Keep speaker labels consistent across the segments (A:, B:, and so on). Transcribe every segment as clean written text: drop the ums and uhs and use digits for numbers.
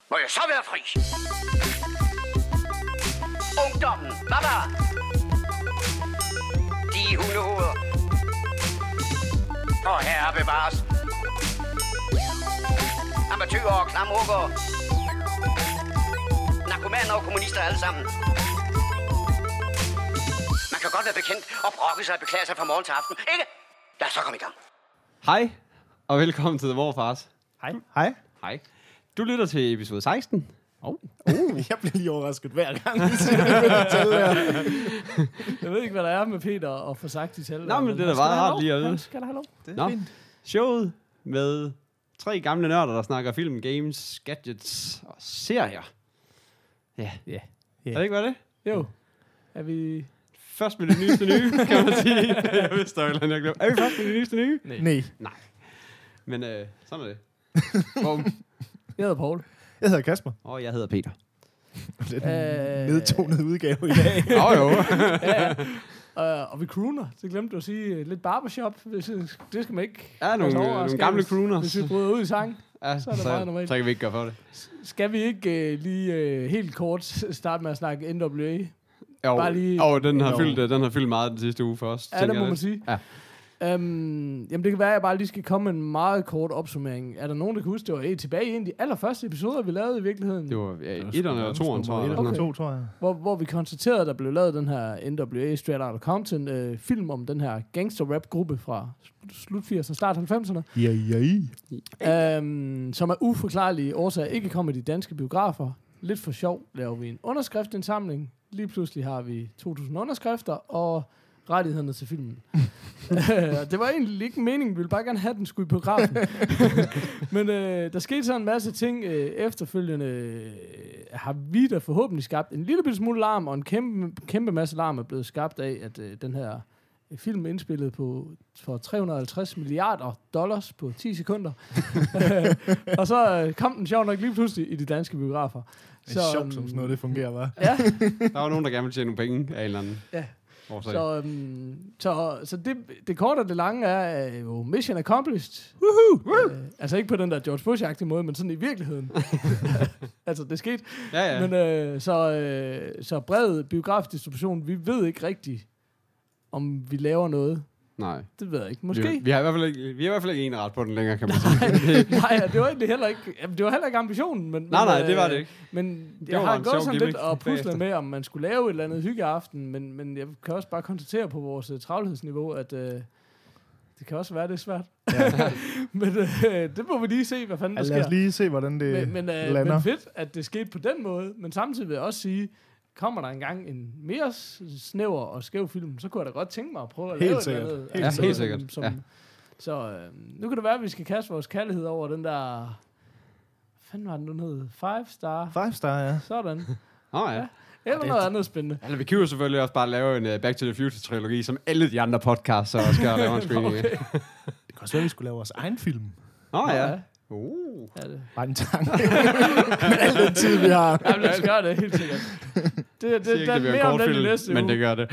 A: Må jeg så være fri? Ungdommen, baba! De hundehoveder. Og herre bevares. Amatøger og klamrukker. Narkomaner og kommunister alle sammen. Man kan godt være bekendt og brokke sig og beklage sig fra morgen til aften, ikke? Lad os så komme i gang.
B: Hej, og velkommen til The Warfars.
C: Hej. Hej.
B: Hej. Du lytter til episode 16.
C: Jeg bliver lige overrasket hver gang, vi siger det.
D: Jeg ved ikke, hvad der er med Peter og få sagt de tal.
B: Nå, men det er da bare rart lige at vide.
D: Skal der have lov?
C: Det er fint.
B: Showet med 3 gamle nørder, der snakker film, games, gadgets og serier. Ja.
D: Ja.
B: Er det ikke, hvad det?
D: Jo. Er vi...
B: Først med det nyeste nye, kan man sige. Jeg vidste ikke, jeg glemte. Er vi først med det nyeste nye?
C: Nej.
B: Men sådan er det. Bum.
D: Jeg hedder Paul.
C: Jeg hedder Kasper.
B: Og jeg hedder Peter.
C: Det er den nedtonede udgave i dag.
B: Jo.
D: Ja. Og vi crooner. Det glemte du at sige. Lidt barbershop. Det skal man ikke...
B: Ja, nogle gamle crooners.
D: Hvis vi bryder ud i sang.
B: Ja,
D: Så er det meget normalt.
B: Så kan vi ikke gøre for det.
D: Skal vi ikke lige helt kort starte med at snakke NWA?
B: Jo,
D: Bare lige-
B: den har fyldt meget den sidste uge for os.
D: Ja, det må man sige.
B: Ja.
D: Jamen, det kan være, at jeg bare lige skal komme med en meget kort opsummering. Er der nogen, der kan huske, det var tilbage i en af de allerførste episoder, vi lavede i virkeligheden?
B: Det var 1'eren eller 2'eren, tror jeg.
D: Okay.
C: 2, tror jeg.
D: Hvor vi konstaterede, at der blev lavet den her NWA Straight Outta Compton film om den her gangster-rap-gruppe fra slut 80'erne, start 90'erne. Som af uforklarlige årsager ikke kommer i de danske biografer. Lidt for sjov laver vi en underskriftindsamling. Lige pludselig har vi 2.000 underskrifter og rettighederne til filmen. Det var egentlig ikke meningen. Vi ville bare gerne have den skulle i biografen. Men der skete så en masse ting. Efterfølgende har vi da forhåbentlig skabt en lille smule larm, og en kæmpe masse larm er blevet skabt af, at den her film indspillet for $350 milliarder på 10 sekunder. Og så kom den sjovt nok lige pludselig i de danske biografer.
C: Det er sjovt, som sådan noget det fungerer, hva'?
D: Ja.
B: Der var nogen, der gerne ville tjene nogle penge af en eller anden.
D: Ja.
B: årsag.
D: Så det korte og det lange er jo mission accomplished. Altså ikke på den der George Bush-agtige måde, men sådan i virkeligheden. Altså det skete.
B: Ja.
D: Men så bred biografdistribution, vi ved ikke rigtigt, om vi laver noget.
B: Nej.
D: Det ved jeg ikke. Måske.
B: Vi har i hvert fald ikke en ret på den længere, kan man sige.
D: Nej, det var egentlig heller ikke. Det var heller ikke ambitionen, men
B: Nej, det var det ikke.
D: Men
B: Det
D: jeg
B: var
D: har
B: en
D: gået
B: sjov
D: sådan
B: gimmick
D: lidt og puslet
B: bagefter.
D: med, om man skulle lave et eller andet hyggeaften, men jeg kan også bare konstatere på vores travlhedsniveau, at det kan også være, det er svært.
C: Ja.
D: Men det må vi lige se, hvad fanden der
C: Lad os
D: sker.
C: lige se, hvordan det lander.
D: Men fedt, at det skete på den måde, men samtidig vil jeg også sige, kommer der engang en mere snæver og skæv film, så kunne jeg da godt tænke mig at prøve at
C: Helt
D: lave
C: sikkert.
D: et eller andet.
C: Helt
D: Altså,
B: helt sikkert. Ja.
D: Så nu kan det være, at vi skal kaste vores kærlighed over den der... Hvad fanden var den hed? 5 Star?
C: 5 star, ja.
D: Sådan.
B: Ja.
D: Eller noget andet spændende.
B: Altså, vi kan jo selvfølgelig også bare lave en Back to the Future-trilogi, som alle de andre podcasts så skal lave en screening af.
D: Okay.
C: Det kan også være, at vi skulle lave vores egen film.
B: Ja.
D: Ja, det.
C: Bare en tanke. Med al den tid, vi har.
D: Jamen, lad os gøre det, helt sikkert. Det er mere om den i næste
B: men
D: uge.
B: det gør det.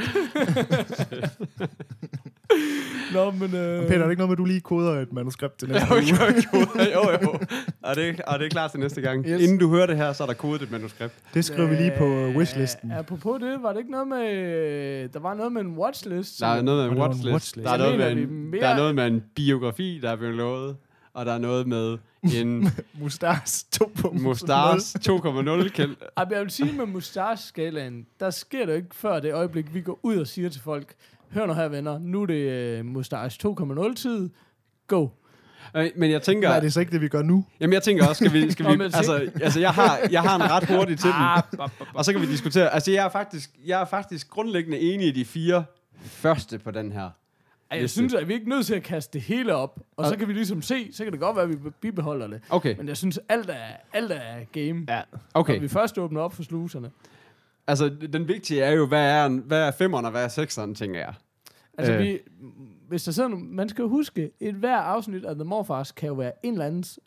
D: Nå, men...
C: Peter, er det ikke noget med, at du lige koder et manuskript til næste uge?
B: Jo. Og det er klar til næste gang.
C: Yes.
B: Inden du hører det her, så er der kodet et manuskript.
C: Det skriver vi lige på wishlisten.
D: Apropos det, var det ikke noget med... Der var noget med en watchlist.
B: Der er noget med en
C: Og det var en
B: watchlist.
C: watchlist.
B: Der er noget
D: Så
B: med
D: mener vi
B: en,
D: mere-
B: der er noget med en biografi, der er blevet lovet. Og der er noget med en
C: Mustars 2.0.
B: Mustars 2.0 kæld.
D: Jeg vil sige med mustache-skalaen, der sker det jo ikke før det øjeblik, vi går ud og siger til folk, hør nu her venner, nu er det mustache 2.0 tid, go.
B: Men jeg tænker...
C: Nej, det er så ikke det, vi gør nu.
B: Jamen jeg tænker også, skal
D: Nå,
B: vi
D: men
B: altså jeg har en ret hurtig til den. Og så kan vi diskutere. Altså jeg er faktisk grundlæggende enig i de 4 første på den her.
D: Jeg synes, at vi ikke er nødt til at kaste det hele op, og så kan vi ligesom se, så kan det godt være, at vi bibeholder det.
B: Okay.
D: Men jeg synes, alt er game.
C: Ja.
B: Okay.
D: Når vi først åbner op for sluserne.
B: Altså den vigtige er jo, hvad er 5'eren og hvad er 6'eren, tænker jeg.
D: Altså hvis der sidder man skal jo huske, et hver afsnit af The Morfars kan jo være en eller andens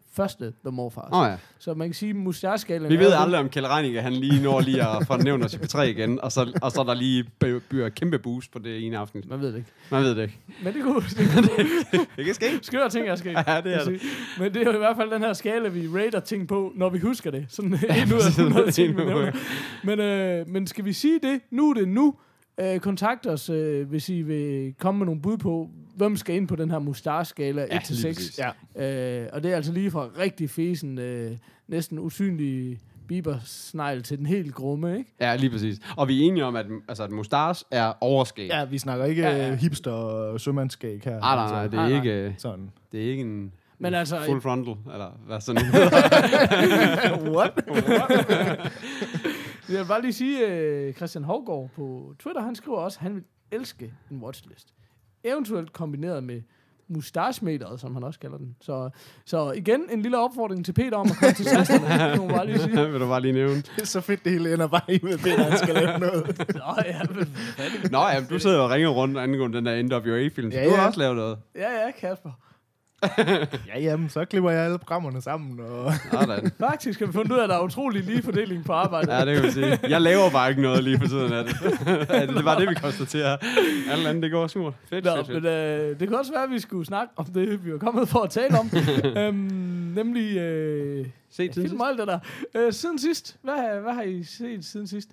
D: første The Morfars.
B: Ja.
D: Så man kan sige, mustache-skalaen...
B: Vi ved aldrig, om Kjell Reinicke, han lige når lige at få nævnt os i P3 igen, og så er der lige bliver kæmpe boost på det ene afsnit.
D: Man ved det ikke.
B: Man ved det ikke.
D: Men det kunne...
B: Det kan ske.
D: Skøre ting, jeg skal.
B: Ja, det er det.
D: Men det er jo i hvert fald den her skala, vi rater ting på, når vi husker det. Sådan 1 ud af 100 ting, vi nævner. Men skal vi sige det? Nu er det nu. Kontakt os, hvis I vil komme med nogle bud på, hvem skal ind på den her mustache-skala 1-6. Ja. Og det er altså lige fra rigtig fesen, næsten usynlig bibersnegl til den helt grumme, ikke?
B: Ja, lige præcis. Og vi er enige om, at mustache er overskæg.
C: Ja, vi snakker ikke hipster og sømandskæg her.
B: Nej, det er ikke
C: sådan.
B: Det er ikke en
D: men altså,
B: full frontal, eller hvad sådan noget.
C: What?
D: Jeg vil bare lige sige, Christian Hovgaard på Twitter, han skriver også, at han vil elske en watchlist. Eventuelt kombineret med mustache-meteret, som han også kalder den. Så igen, en lille opfordring til Peter om at komme til tasterne. Det må bare lige sige.
B: Vil du bare lige nævne.
C: Det er så fedt, det hele ender bare i, at Peter han skal lave noget.
B: Nå ja, du sidder og ringer rundt angående den der NWA-film, så du har også lavet noget.
D: Ja, Kasper.
C: Jamen, så klipper jeg alle programmerne sammen. Og
D: Faktisk har vi fundet ud af, at der er utrolig lige fordeling på arbejdet.
B: Ja, det kan vi sige. Jeg laver bare ikke noget lige for tiden af det. Det var det, vi konstaterer. Alt andet, det går smurt. Fedt.
D: Men det kan også være, at vi skulle snakke om det, vi var kommet for at tale om. Nemlig...
B: Se siden
D: film og alt det der. Siden sidst. Hvad har I set siden sidst?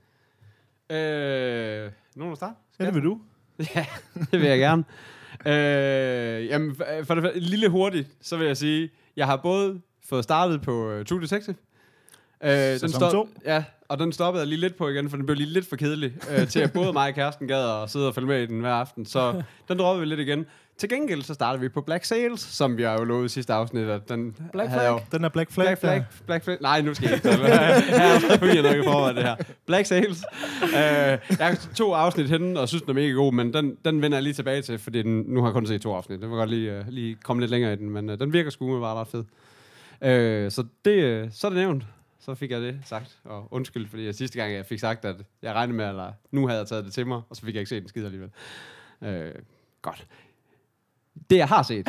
B: Nogen at starte?
C: Ja, det vil du.
B: Ja, det vil jeg gerne. Jamen, for det lille hurtigt, så vil jeg sige, jeg har både fået startet på True Detective.
C: Sæson 2.
B: Ja, og den stoppede jeg lige lidt på igen, for den blev lige lidt for kedelig, til at både mig og kæresten gad at sidde og følge med i den hver aften. Så den droppede vi lidt igen. Til gengæld så startede vi på Black Sails, som vi har jo lovet i sidste afsnit. At den
D: Black Flag?
C: Den er Black Flag.
B: Black Flag. Nej, nu skal jeg ikke. Jeg er forvirret nok i forhold til det her. Black Sails. Jeg har 2 afsnit henne, og synes, den er mega god, men den vender jeg lige tilbage til, fordi nu har jeg kun set 2 afsnit. Det var godt lige komme lidt længere i den, men den virker sgu var ret fed. Så er det nævnt. Så fik jeg det sagt, og undskyld, fordi sidste gang jeg fik sagt, at jeg regnede med, eller nu havde jeg taget det til mig, og så fik jeg ikke set den skid alligevel. Godt. Det jeg har set,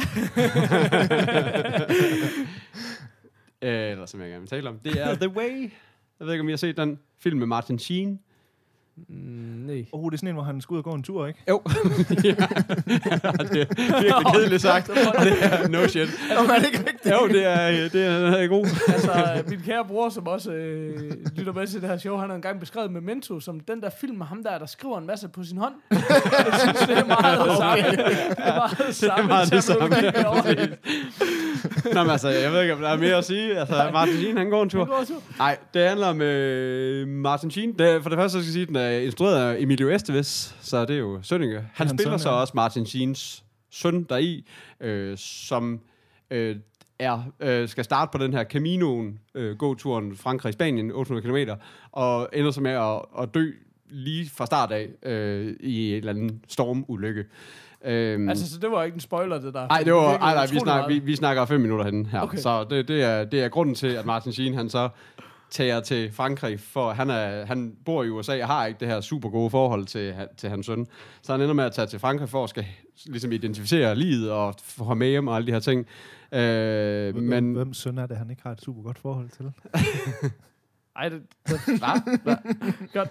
B: eller som jeg gerne vil tale om, det er The Way. Jeg ved ikke, om I har set den film med Martin Sheen.
D: Nej.
C: Det er sådan en, hvor han skal ud og gå en tur, ikke?
B: Jo. Ja. Det er virkelig kedeligt sagt. Det er no shit.
C: Altså, er det ikke rigtigt?
B: Jo, det er god.
D: Altså, min kære bror, som også lytter med til det her show, han har engang beskrevet Memento som den der film med ham der skriver en masse på sin hånd. Jeg synes, det er meget samme. Det er meget det samme.
B: Nå, men altså, jeg ved ikke, om der er mere at sige. Altså, Martin Sheen, han går en tur. Nej, det handler om Martin Sheen. For det første, så skal jeg sige, at den er instrueret af Emilio Estevez, så det er jo Sønninge. Han spiller så også Martin Sheens søn deri, som skal starte på den her Caminoen, gåturen Frankrig-Spanien, 800 km, og ender så med at dø lige fra start af i en eller anden stormulykke.
D: Altså, så det var ikke en spoiler, det der?
B: Nej, det var, vi snakker 5 minutter henne her. Okay. Så det er grunden til, at Martin Sheen, han så tager til Frankrig, for han bor i USA og har ikke det her super gode forhold til hans søn. Så han ender med at tage til Frankrig for at skal ligesom identificere livet og få ham med hjem og alle de her ting. Men
C: hvem søn er det, han ikke har et super godt forhold til?
D: Ej, det godt.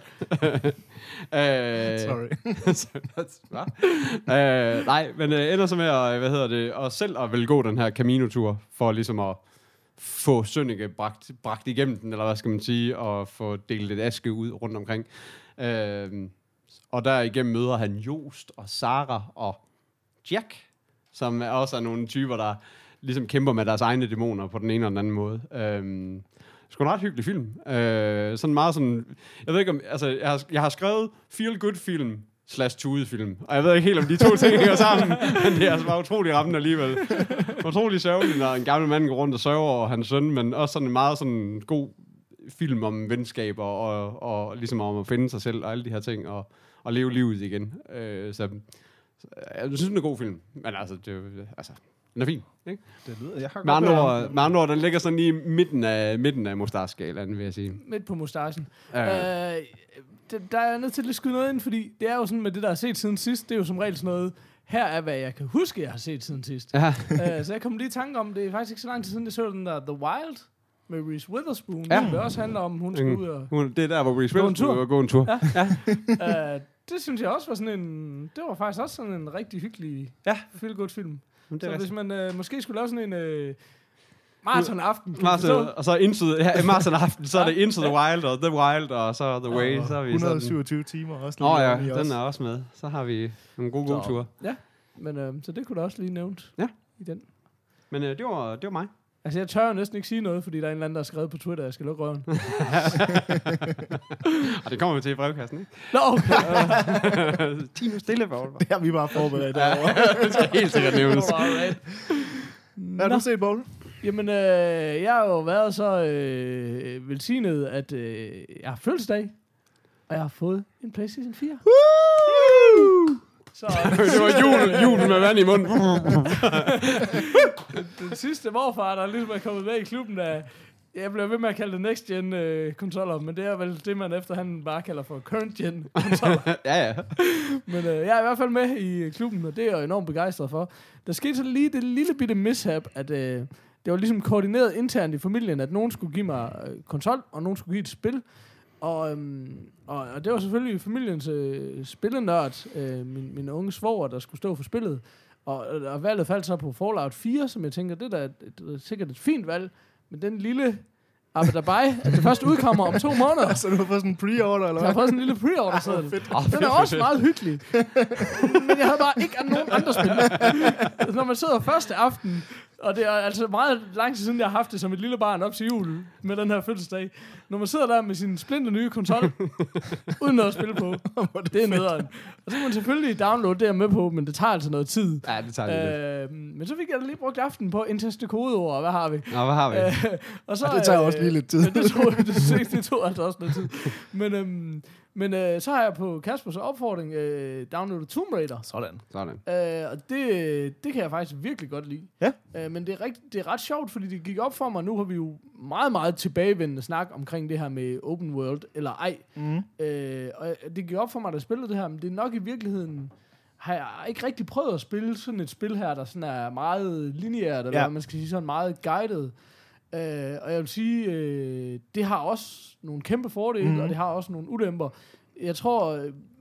C: Sorry.
B: Nej, men ender så med at, og selv at vil gå den her Camino-tur, for ligesom at få Sønneke bragt igennem den, eller hvad skal man sige, og få delt et aske ud rundt omkring. Og derigennem møder han Jost og Sarah og Jack, som også er nogle typer, der ligesom kæmper med deres egne dæmoner på den ene eller den anden måde. Sgu en ret hyggelig film. Sådan meget sådan... Jeg ved ikke om... Altså, jeg har skrevet feel-good-film /tudefilm. Og jeg ved ikke helt, om de 2 ting hænger sammen, men det er altså bare utrolig rammende alligevel. Utrolig sørgelig, når en gammel mand går rundt og sørger over hans søn, men også sådan en meget sådan god film om venskaber og ligesom om at finde sig selv og alle de her ting og leve livet igen. Så jeg synes, det er en god film. Men altså, den er fin, ikke?
C: Det lyder, jeg har
B: med andre ord, den ligger sådan i midten af mustache-skalaen, vil jeg sige.
D: Midt på mustachen. Der er jeg nødt til at skyde noget ind, fordi det er jo sådan med det, der er set siden sidst, det er jo som regel sådan noget, her er, hvad jeg kan huske, jeg har set siden sidst.
B: Ja.
D: Så jeg kom lige i tanke om, det er faktisk ikke så lang tid siden, jeg så den der The Wild med Reese Witherspoon.
B: Ja.
D: Det også handler om, hun skal ud og...
B: Det er der, hvor Reese
D: Gå en
B: Witherspoon
D: tur.
B: vil gå en tur.
D: Ja. Det synes jeg også var sådan en... Det var faktisk også sådan en rigtig hyggelig feel-good film. Så hvis man måske skulle lave sådan en... marathon-aften.
B: Og så marathon-aften, så er det Into the Wild, og The Wild, og så The Way. Så er vi
C: 127 timer også.
B: Nå ja, den er også med. Så har vi nogle gode ture.
D: Ja, men så det kunne du også lige nævnt i den.
B: Men det var mig.
D: Altså, jeg tør jo næsten ikke sige noget, fordi der er en eller anden, der har skrevet på Twitter, at jeg skal lukke røven.
B: Og det kommer vi til i brevkassen, ikke?
D: Nå, okay.
B: 10 minutter stille for.
C: Det har vi bare forberedt derovre.
B: Det skal helt sikkert nævnes.
C: Hvad har du set, Bolle?
D: Jamen, jeg har jo været så velsignet, at jeg har fødselsdag, og jeg har fået en PlayStation 4. Så
B: Det var julen med vand i munden.
D: den sidste morfar, der ligesom er kommet med i klubben, der jeg bliver ved med at kalde det next gen konsoller, men det er vel det, man efterhånden bare kalder for current gen konsoller.
B: Ja.
D: Men jeg er i hvert fald med i klubben, og det er jeg enormt begejstret for. Der skete så lige det lille bitte mishap, at det var ligesom koordineret internt i familien, at nogen skulle give mig konsol, og nogen skulle give et spil. Og det var selvfølgelig familiens spillenørd, min unge svoger, der skulle stå for spillet. Og valget faldt så på Fallout 4, som jeg tænker, det er sikkert et fint valg. Men den lille Abadabai, at det først udkommer om 2 måneder.
C: Så du har fået sådan en pre-order, eller hvad?
D: Jeg har fået sådan en lille pre-order sådan. Den er også meget hyggelig. Men jeg havde bare ikke nogen andre spil. Når man sidder første aften, og det er altså meget lang tid siden, jeg har haft det som et lille barn op til jul med den her fødselsdag. Når man sidder der med sin splinte nye konsol, uden noget at spille på, det er nederen. Og så kan man selvfølgelig downloade det her med på, men det tager altså noget tid.
B: Ja, det tager lidt.
D: Men så fik jeg lige brugt aften på at indtaste kodeord, og hvad har vi?
B: Nå, hvad har vi?
D: Og så,
C: det tager også lige lidt tid.
D: Det tog altså også noget tid. Men så har jeg på Kaspers opfordring downloadet Tomb Raider.
C: Sådan.
D: Og det kan jeg faktisk virkelig godt lide.
C: Ja.
D: Men det er ret sjovt, fordi det gik op for mig. Nu har vi jo meget, meget tilbagevendende snak omkring det her med open world, eller ej. Og det gik op for mig, da jeg spillede det her, men det er nok i virkeligheden... Har jeg ikke rigtig prøvet at spille sådan et spil her, der sådan er meget lineært, eller man skal sige sådan meget guided. Og jeg vil sige, det har også nogle kæmpe fordele, og det har også nogle ulemper. Jeg tror,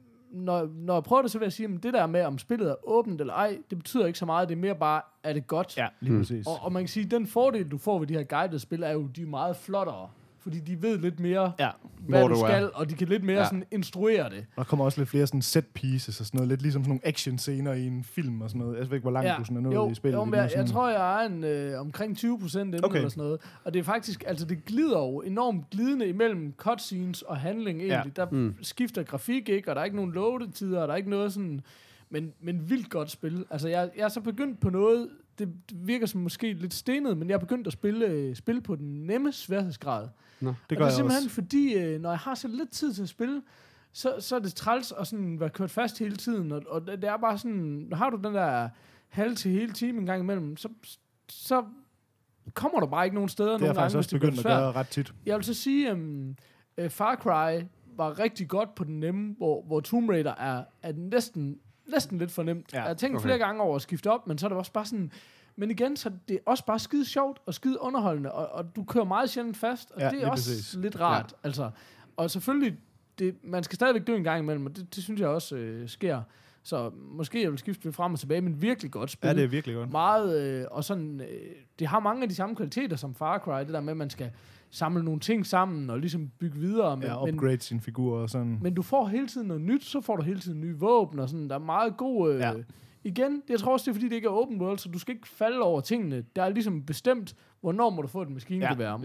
D: når jeg prøver det, så vil jeg sige, at det der med, om spillet er åbent eller ej, det betyder ikke så meget. Det er mere bare, er det godt?
C: Ja, lige præcis.
D: Og man kan sige, at den fordel, du får ved de her guided spil, er jo, de er meget flottere. Fordi de ved lidt mere, hvad du skal, og de kan lidt mere sådan instruere det.
C: Der kommer også lidt flere sådan set pieces og sådan noget, lidt ligesom sådan nogle action scener i en film og sådan noget. Jeg ved ikke, hvor langt du sådan er nået i spillet.
D: Jeg tror, jeg er omkring 20% inde eller sådan noget. Og det er faktisk, altså det glider jo enormt glidende imellem cutscenes og handling egentlig. Der skifter grafik ikke, og der er ikke nogen loadetider, og der er ikke noget sådan... Men vildt godt spil. Altså jeg er så begyndt på noget, det virker som måske lidt stenet, men jeg er begyndt at spille på den nemme sværhedsgrad.
C: Nå, det
D: gør jeg simpelthen også. Fordi, når jeg har så lidt tid til at spille, så er det træls at sådan være kørt fast hele tiden, og det er bare sådan, har du den der halv til hele time en gang imellem, så kommer du bare ikke nogen steder.
C: Det er jeg faktisk også begyndt at gøre ret tit.
D: Jeg vil så sige, Far Cry var rigtig godt på den nemme, hvor Tomb Raider er næsten lidt for nemt. Jeg har tænkt flere gange over at skifte op, men så er det også bare sådan... Men igen, så det er også bare skide sjovt og skide underholdende, og du kører meget sjældent fast, og det er også præcis. Lidt rart. Ja. Altså. Og selvfølgelig, man skal stadigvæk dø en gang imellem, og det synes jeg også sker. Så måske jeg vil skifte lidt frem og tilbage, men virkelig godt spil.
C: Ja, det er virkelig godt.
D: Meget, og sådan, det har mange af de samme kvaliteter som Far Cry, det der med, at man skal samle nogle ting sammen og ligesom bygge videre.
C: Upgrade sin figur og sådan.
D: Men du får hele tiden noget nyt, så får du hele tiden nye våben og sådan. Der er meget god... Igen, jeg tror også, det er fordi, det ikke er open world, så du skal ikke falde over tingene. Der er ligesom bestemt, hvornår må du få et maskingevær.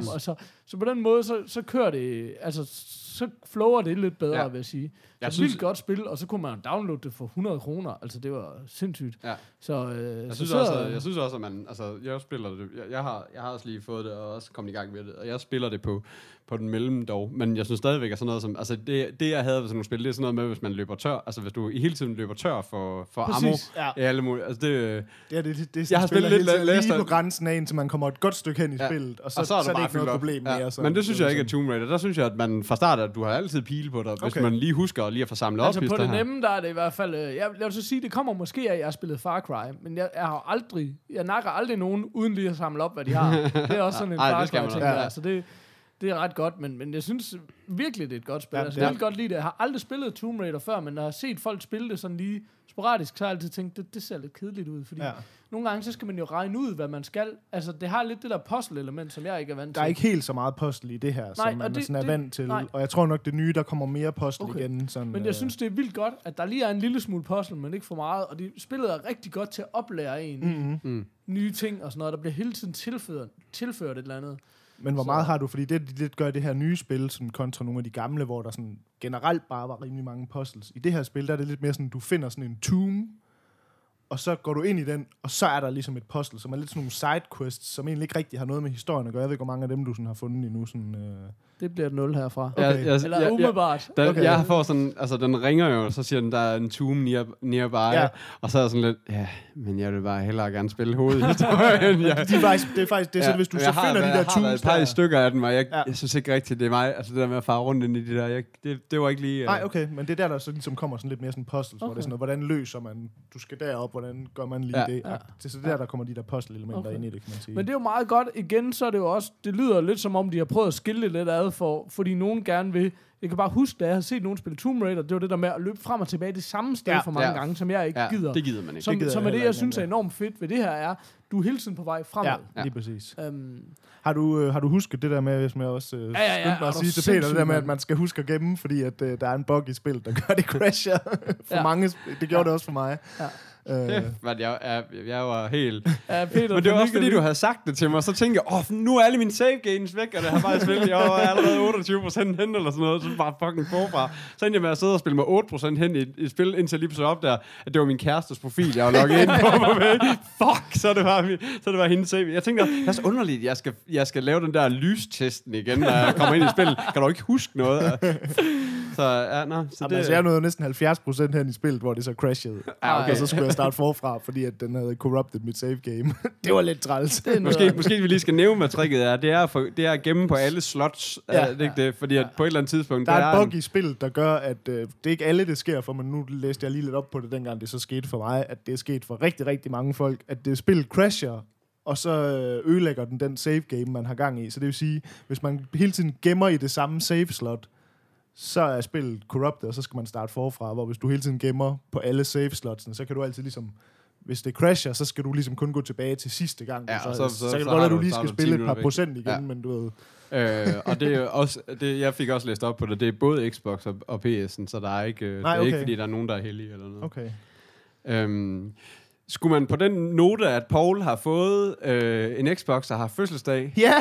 D: Så på den måde, så kører det, altså så flower det lidt bedre, vil jeg sige. Jeg synes, vildt godt spil, og så kunne man downloade det for 100 kroner. Altså, det var sindssygt. Ja. Så,
B: jeg synes også, at man, altså, jeg spiller det. Jeg har også lige fået det, og også kommet i gang med det, og jeg spiller det på den mellem dog. Men jeg synes stadigvæk, at sådan noget som, altså, det jeg havde ved sådan nogle spil, det er sådan noget med, hvis man løber tør, altså hvis du hele tiden løber tør for ammo, alle mulige, altså det...
C: Det jeg har spillet lidt lige på grænsen af, indtil man kommer et godt stykke hen i spillet, og så er det ikke noget problem mere.
B: Men det synes jeg ikke er Tomb Raider. Der synes jeg, at man fra start af, du har altid pile på dig, hvis man lige husker lige at få samlet op.
D: Altså på det nemme, der er det i hvert fald... Jeg vil så sige, det kommer måske af, at jeg har spillet Far Cry, men jeg nakker aldrig nogen, uden lige at samle op, hvad de har. Det er også sådan en Far Cry-ting der. Så det er ret godt, men jeg synes virkelig, det er et godt spil. Altså, jeg vil godt lide det. Jeg har aldrig spillet Tomb Raider før, men når jeg har set folk spille det sådan lige sporadisk, så har jeg altid tænkt, det ser lidt kedeligt ud, fordi nogle gange, så skal man jo regne ud, hvad man skal. Altså, det har lidt det der puzzle-element, som jeg ikke er vant til.
C: Der er ikke helt så meget puzzle i det her, som man sådan er vant til. Nej. Og jeg tror nok, det nye, der kommer mere puzzle igen. Sådan,
D: men jeg synes, det er vildt godt, at der lige er en lille smule puzzle, men ikke for meget, og spillet er rigtig godt til at oplære en nye ting og sådan noget. Der bliver hele tiden tilført et eller andet.
C: Men hvor meget har du? Fordi det gør det her nye spil, sådan kontra nogle af de gamle, hvor der sådan generelt bare var rimelig mange puzzles. I det her spil, der er det lidt mere sådan, du finder sådan en tomb, og så går du ind i den, og så er der ligesom et puzzle, som er lidt sådan nogle sidequests, som egentlig ikke rigtig har noget med historien at gøre. Jeg ved ikke, hvor mange af dem, du sådan har fundet endnu. Sådan,
D: Det bliver et 0 herfra.
B: Okay.
D: Eller umiddelbart.
B: Jeg får sådan, altså den ringer jo, så siger den, der er en tomb nearby, og så er jeg sådan lidt, men jeg vil bare hellere gerne spille hovedhistorien.
C: Det er faktisk det, så hvis du så finder de der tombs.
B: Jeg har været et par stykker af dem, og jeg synes ikke rigtigt, det er mig. Altså det der med at fare rundt ind i de der, det var ikke lige...
C: Nej, okay, men det er der så ligesom kommer sådan lidt mere sådan puzzles, hvor det er sådan noget, hvordan løser man, du skal derop, hvordan gør man lige det. Ja. Det er så der kommer de der puzzle-elementer ind i det, kan man sige.
D: Men det er jo meget godt. Igen, så er det jo også, det lyder lidt som om, de har prøvet at skille lidt ad, fordi nogen gerne vil. Jeg kan bare huske, da jeg har set nogen spille Tomb Raider, det var det der med at løbe frem og tilbage det samme sted for mange gange, som jeg ikke gider.
B: Det gider man ikke.
D: Som er det, jeg synes er enormt fedt ved det her, er, du er hele tiden på vej fremad.
C: Ja, lige præcis. Har du husket det der med, som jeg også skyndte mig at sige til Peter, det der med, at man skal huske at gemme, fordi at der er en bug i spillet, der gør det crasher for mange. Det gjorde det også for mig. Ja.
B: Jeg var helt...
D: Peter,
B: men det var også fordi, du havde sagt det til mig, så tænkte jeg, nu er alle mine save games væk, og det har bare spillet, jeg var allerede 28% hen, eller sådan noget, så bare fucking forfra. Så endte jeg med at sidde og spille med 8% hen i et spil, indtil lige så op der, at det var min kærestes profil, jeg var logget ind på. Fuck, så det var hendes save. Jeg tænkte, det er så underligt, jeg skal lave den der lystesten igen, når jeg kommer ind i spillet. Kan du ikke huske noget? Så
C: jeg nåede næsten 70% hen i spillet, hvor det så crashede. Okay. Og så skulle jeg starte forfra, fordi at den havde corrupted mit save game. Det var lidt træls.
B: Måske vi lige skal nævne, hvad tricket er. Det er at gemme på alle slots. Det, fordi at på et eller andet tidspunkt...
C: Der er et bug i spillet, der gør, at det er ikke alle, det sker for, men nu læste jeg lige lidt op på det, dengang det så skete for mig, at det er sket for rigtig, rigtig mange folk, at det spillet crasher, og så ødelægger den save game, man har gang i. Så det vil sige, hvis man hele tiden gemmer i det samme save slot, så er spillet corrupted, og så skal man starte forfra, hvor hvis du hele tiden gemmer på alle save-slotsene, så kan du altid ligesom, hvis det crasher, så skal du ligesom kun gå tilbage til sidste gang.
B: Ja,
C: så kan det godt være, at du lige skal spille et par procent igen, men du ved...
B: og det er også, jeg fik også læst op på det, det er både Xbox og PS'en, så der er ikke, det er ikke fordi, der er nogen, der er heldige eller noget.
C: Okay.
B: Skulle man på den note, at Paul har fået en Xbox og har fødselsdag?
C: Ja!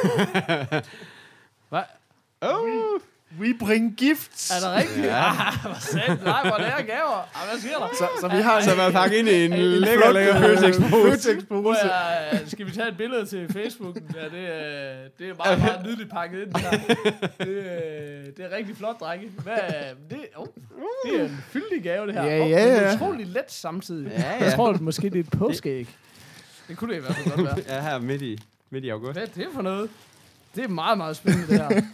D: Hvad?
C: We bring gifts.
D: Er det rigtigt? Ja. Hvor sandt. Nej, hvor lærer gaver. Hvad siger der?
C: Så vi har
B: så været pakket ind i en lækker
C: Føtex-pose.
D: Skal vi tage et billede til Facebooken? Ja, det er meget, meget nydeligt pakket ind. Det er rigtig flot, drenge. Det er en fyldig gave, det her.
C: Ja.
D: Det er utroligt let samtidig. Ja. Jeg tror, at måske det er et påskeæg. Det kunne det i hvert fald godt være.
B: Ja, her midt i august.
D: Hvad er det for noget? Det er meget, meget spændende, det her.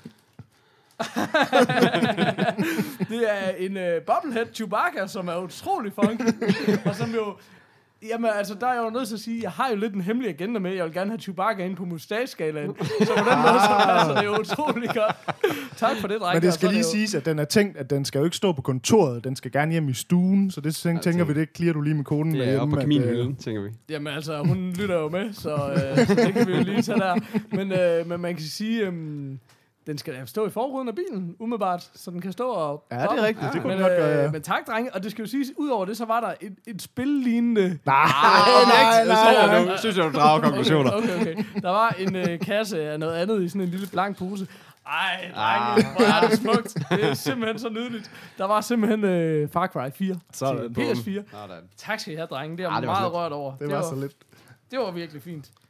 D: Det er en bobblehead Chewbacca, som er utrolig funky. Og som jo... Jamen, altså, der er jeg jo nødt til at sige, jeg har jo lidt en hemmelig agenda med. Jeg vil gerne have Chewbacca ind på mustache-skalaen. Så på den måde, så det er jo utrolig godt. Tak for det, drenge.
C: Men det skal lige siges, at den er tænkt, at den skal jo ikke stå på kontoret. Den skal gerne hjem i stuen. Så det tænker vi, det clear du lige med koden.
B: Ja, og på kaminhylden, tænker vi.
D: Jamen, altså, hun lytter jo med, så det kan vi jo lige tage der. Men man kan sige... Den skal stå i forruden af bilen, umiddelbart, så den kan stå og...
C: Ja, det er rigtigt. Ja. Det kunne godt gøre, ja.
D: Men tak, drenge. Og det skal jo siges, udover det, så var der et spil-lignende...
B: Nej. Nu synes jeg, du drager konklusioner.
D: Okay. Der var en kasse af noget andet i sådan en lille blank pose. Ej, drenge, hvor er det smukt. Det er simpelthen så nydeligt. Der var simpelthen Far Cry 4 til PS4. Tak skal I have, drenge. Det er meget rørt over.
C: Det var så lidt.
D: Det var virkelig fint.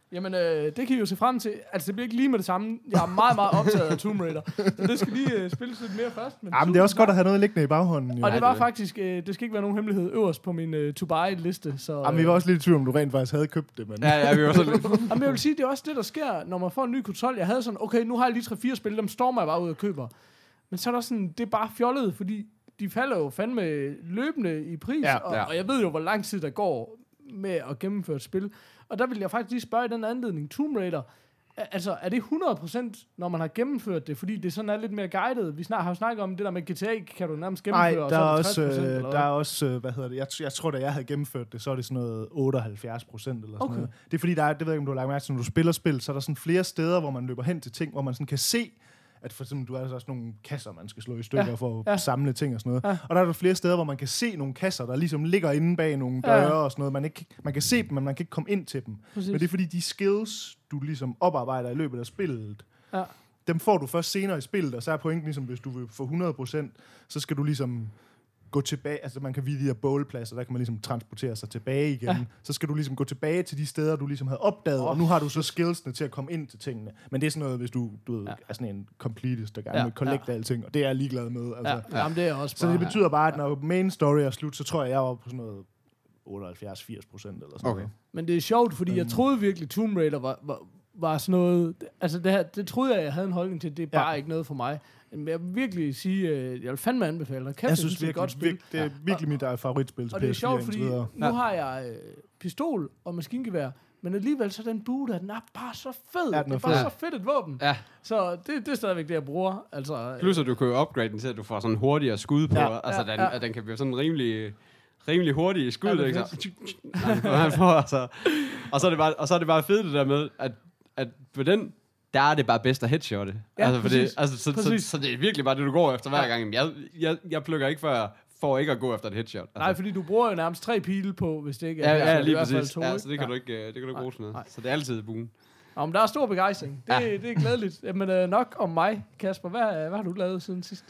D: Jamen, det kan I jo se frem til. Altså, det bliver ikke lige med det samme. Jeg er meget, meget optaget af Tomb Raider. Så det skal lige spilles lidt mere først. Men
C: det er også godt at have noget liggende i baghånden. Jo.
D: Og det var faktisk, det skal ikke være nogen hemmelighed øverst på min to-buy-liste. Så,
C: vi var også lidt i tvivl, om du rent faktisk havde købt det. Men...
B: Ja, vi var så lidt.
D: Jamen, jeg vil sige, det er også det, der sker, når man får en ny konsol. Jeg havde sådan, okay, nu har jeg lige 3-4 spil, dem stormer jeg bare ud og køber. Men så er der sådan, det er bare fjollet, fordi de falder jo fandme løbende i pris. Og jeg ved jo, hvor lang tid der går med at gennemføre et spil. Og der vil jeg faktisk lige spørge i den anledning, Tomb Raider, altså er det 100%, når man har gennemført det, fordi det sådan er lidt mere guided? Vi har jo snakket om det der med GTA, kan du nærmest gennemføre, og så er det 60%,
C: der er også, hvad hedder det, jeg tror, da jeg havde gennemført det, så er det sådan noget 78% eller sådan noget. Det er fordi, det ved jeg ikke, om du har lagt mærke til, når du spiller spil, så er der sådan flere steder, hvor man løber hen til ting, hvor man sådan kan se, at for eksempel, du har altså nogle kasser, man skal slå i stykker for at samle ting og sådan noget. Ja. Og der er der flere steder, hvor man kan se nogle kasser, der ligesom ligger inde bag nogle døre og sådan noget. Man kan se dem, men man kan ikke komme ind til dem. Præcis. Men det er fordi, de skills, du ligesom oparbejder i løbet af spillet, dem får du først senere i spillet, og så er pointen ligesom, hvis du vil få 100%, så skal du ligesom gå tilbage, altså man kan vide de her bålpladser, der kan man ligesom transportere sig tilbage igen. Ja. Så skal du ligesom gå tilbage til de steder, du ligesom havde opdaget, og nu har du så skillsene til at komme ind til tingene. Men det er sådan noget, hvis du er sådan en completist, der gerne vil collecte alting, og det er jeg ligeglad med. Altså.
D: Jamen, det er også bare,
C: så det betyder bare, at når main story er slut, så tror jeg var på sådan noget 78-80% eller sådan noget.
D: Men det er sjovt, fordi jeg troede virkelig, Tomb Raider var sådan noget... Altså, det troede jeg havde en holdning til. Det er bare ikke noget for mig. Men jeg vil virkelig sige... jeg vil fandme anbefale dig.
C: Jeg synes virkelig, det er virkelig mit favoritspil til PS4.
D: Og det er sjovt, fordi nu har jeg pistol og maskingevær, men alligevel så den bue der, den er bare så fed. Ja, det er bare så fedt et våben. Ja. Så det er stadigvæk det, jeg bruger. Altså,
B: plus at du kan jo upgrade den til, at du får sådan hurtigere skud på. At den kan blive sådan rimelig hurtig i skuddet, ikke så? Og så er det bare fedt det der med, at på den, der er det bare bedst at headshotte.
D: Ja,
B: så det er virkelig bare det, du går efter hver gang. Jeg plukker ikke for ikke at gå efter et headshot. Altså.
D: Nej, fordi du bruger jo nærmest 3 pile på, hvis det ikke er...
B: Ja, lige præcis. Så det kan du ikke bruge sådan noget. Så det er altid buen.
D: Men der er stor begejstring. Det er glædeligt. Men nok om mig, Kasper. Hvad har du lavet siden sidst?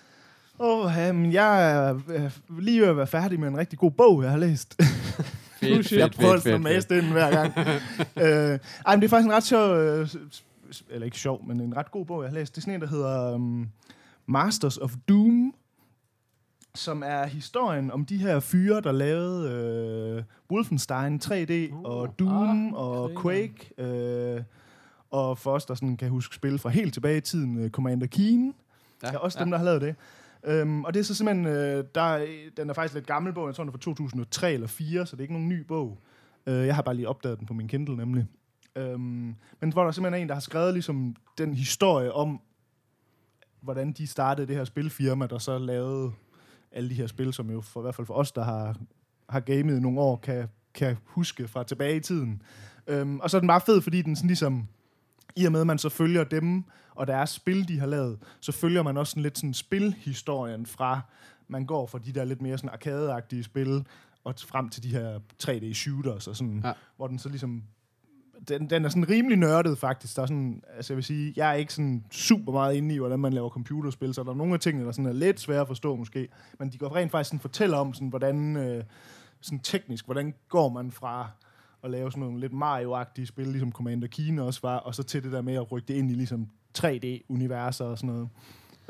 C: Jeg er lige ved at være færdig med en rigtig god bog, jeg har læst. Jeg prøver at mase den hver gang. Men det er faktisk en ret sjov, eller ikke sjov, men en ret god bog, jeg har læst. Det er sådan en, der hedder Masters of Doom, som er historien om de her fyre, der lavede Wolfenstein 3D og Doom og Quake. Og for os, der sådan kan huske spil fra helt tilbage i tiden, Commander Keen. Ja, er også dem, der har lavet det. Og det er så simpelthen, den er faktisk lidt gammel bog, jeg tror den er fra 2003 eller 2004, så det er ikke nogen ny bog. Jeg har bare lige opdaget den på min Kindle nemlig. Men hvor der simpelthen er en, der har skrevet ligesom den historie om, hvordan de startede det her spilfirma, der så lavede alle de her spil, som jo i hvert fald for os, der har gamet i nogle år, kan huske fra tilbage i tiden. Og så er den bare fed, fordi den sådan ligesom, i og med, at man så følger dem, og deres spil, de har lavet, så følger man også sådan lidt sådan spilhistorien fra, man går fra de der lidt mere sådan arcade-agtige spil, og frem til de her 3D-shooters, og sådan, hvor den så ligesom, den er sådan rimelig nørdet faktisk. Der er sådan, altså jeg vil sige, jeg er ikke sådan super meget inde i, hvordan man laver computerspil, så der er nogle af tingene, der sådan er lidt svære at forstå måske, men de går rent faktisk sådan fortæller om, sådan, hvordan sådan teknisk, hvordan går man fra at lave sådan nogle lidt Mario-agtige spil, ligesom Commander Keen også var, og så til det der med at rykke det ind i ligesom 3D-universer og sådan noget.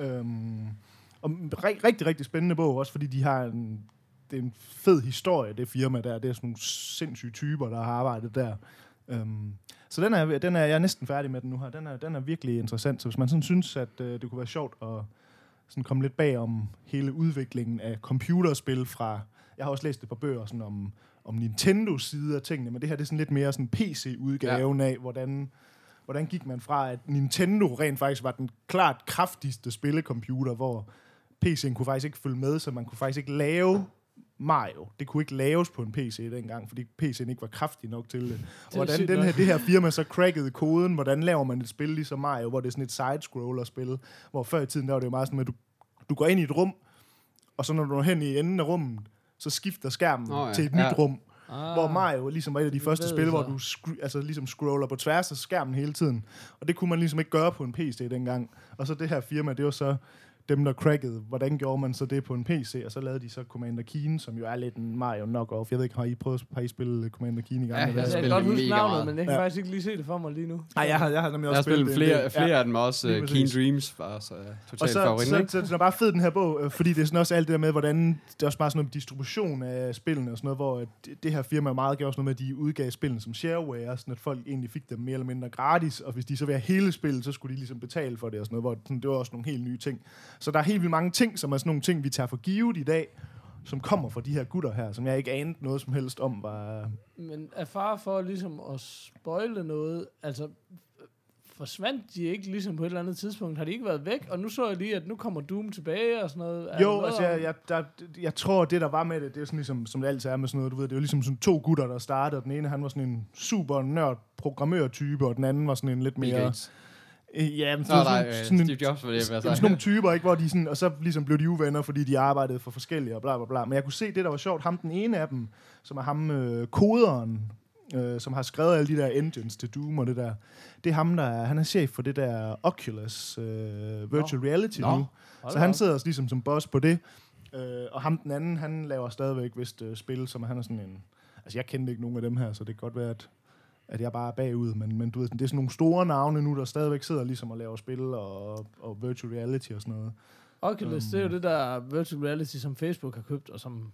C: Og rigtig, rigtig spændende bog, også fordi de har det er en fed historie, det firma der. Det er sådan nogle sindssyge typer, der har arbejdet der. Så den er jeg næsten færdig med den nu her. Den er virkelig interessant. Så hvis man sådan synes, at det kunne være sjovt at sådan komme lidt bag om hele udviklingen af computerspil fra... Jeg har også læst et par bøger sådan om Nintendos side af tingene, men det her det er sådan lidt mere sådan PC-udgaven af, hvordan gik man fra, at Nintendo rent faktisk var den klart kraftigste spillecomputer, hvor PC'en kunne faktisk ikke følge med, så man kunne faktisk ikke lave Mario. Det kunne ikke laves på en PC dengang, fordi PC'en ikke var kraftig nok til det. Og hvordan det her firma så crackede koden, hvordan laver man et spil ligesom Mario, hvor det er sådan et side-scroller-spil, hvor før i tiden der var det jo meget sådan med, at du går ind i et rum, og så når du er hen i enden af rummet, så skifter skærmen til et nyt rum. Hvor Mario ligesom var et af de første spil, hvor du ligesom scroller på tværs af skærmen hele tiden. Og det kunne man ligesom ikke gøre på en PC dengang. Og så det her firma, det var så dem, der crackede, hvordan gjorde man så det på en PC, og så lavede de så Commander Keen, som jo er lidt en Mario knock-off. Jeg ved ikke, har I spillet Commander Keen i gang?
B: Ja,
C: med
B: jeg
C: det?
B: har
D: Jeg
B: spillet
D: kan godt huske
B: mega
D: navnet,
B: meget.
D: men jeg kan faktisk ikke lige se det for mig lige nu.
C: Nej, jeg har nemlig
B: Jeg
C: også
B: har spillet flere af dem også.
C: lige
B: Keen
C: præcis.
B: Dreams var også
C: Og
B: totalt
C: så,
B: favorit, ikke?
C: så den er bare fed, den her bog, fordi det er sådan også alt det der med, hvordan det er også bare sådan noget distribution af spillene og sådan noget, hvor det her firma meget gjorde sådan noget med, at de udgav spillene som shareware, sådan at folk egentlig fik dem mere eller mindre gratis, og hvis de så ville have hele spillet, så skulle de ligesom betale for det og sådan noget, hvor sådan, det var også nogle helt nye ting. Så der er helt vildt mange ting, som er sådan nogle ting, vi tager for givet i dag, som kommer fra de her gutter her, som jeg ikke anede noget som helst om, var...
D: Men er far for ligesom at spoile noget, altså forsvandt de ikke ligesom på et eller andet tidspunkt? Har de ikke været væk? Og nu så jeg lige, at nu kommer Doom tilbage og sådan noget. Er
C: Jo,
D: der noget
C: altså jeg tror, det der var med det er sådan ligesom, som det altid er med sådan noget, du ved, det er jo ligesom sådan to gutter, der startede, og den ene, han var sådan en super nørd programmørtype, og den anden var sådan en lidt
B: Bill
C: mere...
B: Gates.
C: Ja, men
B: Steve Jobs var det, jeg vil
C: sådan nogle typer, ikke, hvor de sådan, og så ligesom blev de uvenner, fordi de arbejdede for forskellige, og bla bla bla. Men jeg kunne se, det der var sjovt, ham den ene af dem, som er ham koderen, som har skrevet alle de der engines til Doom og det der, det er ham, han er chef for det der Oculus Virtual Reality nu. Så han sidder ligesom som boss på det. Og ham den anden, han laver stadigvæk vist spil, som han er sådan en... Altså, jeg kendte ikke nogen af dem her, så det kan godt være, at jeg bare er bagud, men du ved, det er sådan nogle store navne nu, der stadigvæk sidder ligesom og laver spil og virtual reality og sådan noget.
D: Oculus, det er jo det der virtual reality, som Facebook har købt, og som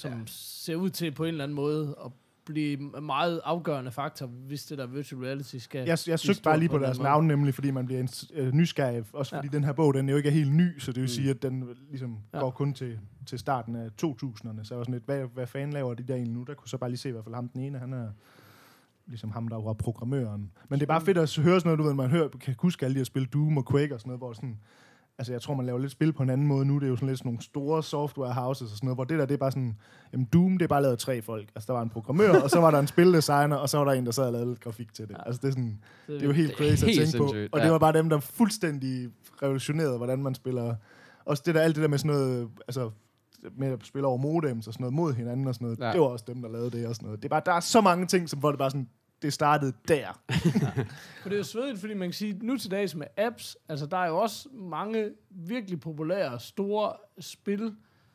D: ser ud til på en eller anden måde at blive en meget afgørende faktor, hvis det der virtual reality skal...
C: Jeg søgte bare lige på deres navn, nemlig fordi man bliver nysgerrig, også fordi den her bog, den er jo ikke helt ny, så det vil sige, at den ligesom går kun til starten af 2000'erne, så jeg var sådan lidt, hvad fanden laver de der egentlig nu? Der kunne så bare lige se, i hvert fald ham den ene, han er ligesom ham, der var programmøren. Men det er bare fedt at høre sådan noget, du ved, kan huske alle de her spil Doom og Quake og sådan noget, hvor sådan... Altså, jeg tror, man laver lidt spil på en anden måde nu. Det er jo sådan lidt sådan nogle store software houses og sådan noget, hvor det der, det er bare sådan... Jamen, Doom, det er bare lavet 3 folk. Altså, der var en programmør, og så var der en spildesigner, og så var der en, der sad og lavede lidt grafik til det. Ja. Altså, det er sådan... Det er jo helt crazy at tænke på. Og det var bare dem, der fuldstændig revolutionerede, hvordan man spiller... Også det der, alt det der med sådan noget... Altså, med at spille over modems og sådan noget mod hinanden og sådan noget. Ja. Det var også dem, der lavede det og sådan noget. Det er bare, der er så mange ting, som hvor det bare sådan... Det startede der.
D: For det er jo svedigt, fordi man kan sige, nu til dags med apps, altså der er jo også mange virkelig populære, store spil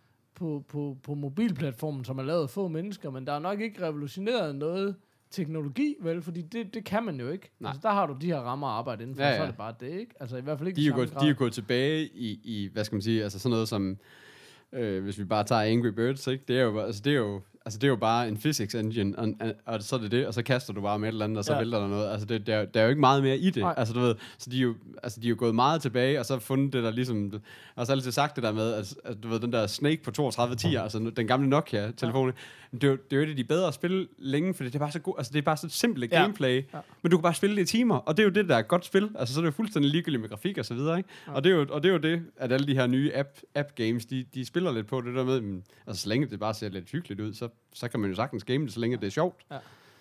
D: på mobilplatformen, som er lavet af få mennesker, men der er nok ikke revolutioneret noget teknologi, vel? Fordi det kan man jo ikke. Altså, der har du de her rammer at arbejde indenfor, så er det bare det, ikke? Altså i hvert fald ikke
B: de er jo gået tilbage i, hvad skal man sige, altså sådan noget som, hvis vi bare tager Angry Birds, ikke? Det er jo bare en physics engine, og så er det, og så kaster du bare med et eller andet, og så vælter der noget. Altså, der er jo ikke meget mere i det. Nej. Altså, du ved, så de er jo gået meget tilbage, og så fundet det der ligesom, og så altid sagt det der med, at du ved, den der Snake på 3210, altså den gamle Nokia-telefon, det er jo et af de bedre at spille længe, fordi det er bare så god, altså det er bare så simpelt gameplay, men du kan bare spille det i timer, og det er jo det, der er et godt spil. Altså, så er det jo fuldstændig ligegyldigt med grafik og så videre, ikke? Ja. Og det er jo det, at alle de her nye app-games, de spiller lidt på det der med, altså så længe det bare ser lidt hyggeligt ud, så kan man jo sagtens game det, så længe det er sjovt. Ja.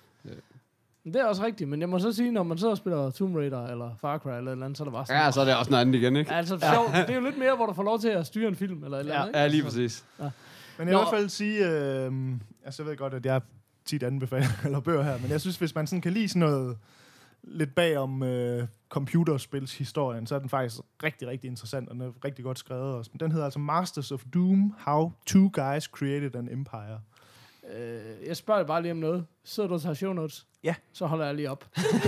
D: Det er også rigtigt, men jeg må så sige, når man så spiller Tomb Raider eller Far Cry eller et eller andet, så er det bare sådan...
B: Ja, så er det også noget andet igen, ikke?
D: Altså sjovt. Det er jo lidt mere, hvor du får lov til at styre en film eller et eller andet, ikke?
B: Ja, lige præcis.
C: Ja. Men jeg vil i hvert fald sige, altså jeg ved godt, at jeg tit anbefaler eller bøger her, men jeg synes, hvis man sådan kan lide sådan noget lidt bag om computerspilshistorien, så er den faktisk rigtig, rigtig interessant, og den er rigtig godt skrevet også. Men den hedder altså Masters of Doom, How Two Guys Created an Empire.
D: Jeg spørger dig bare lige om noget. Sidder du og tager show notes?
C: Ja.
D: Så holder jeg lige op.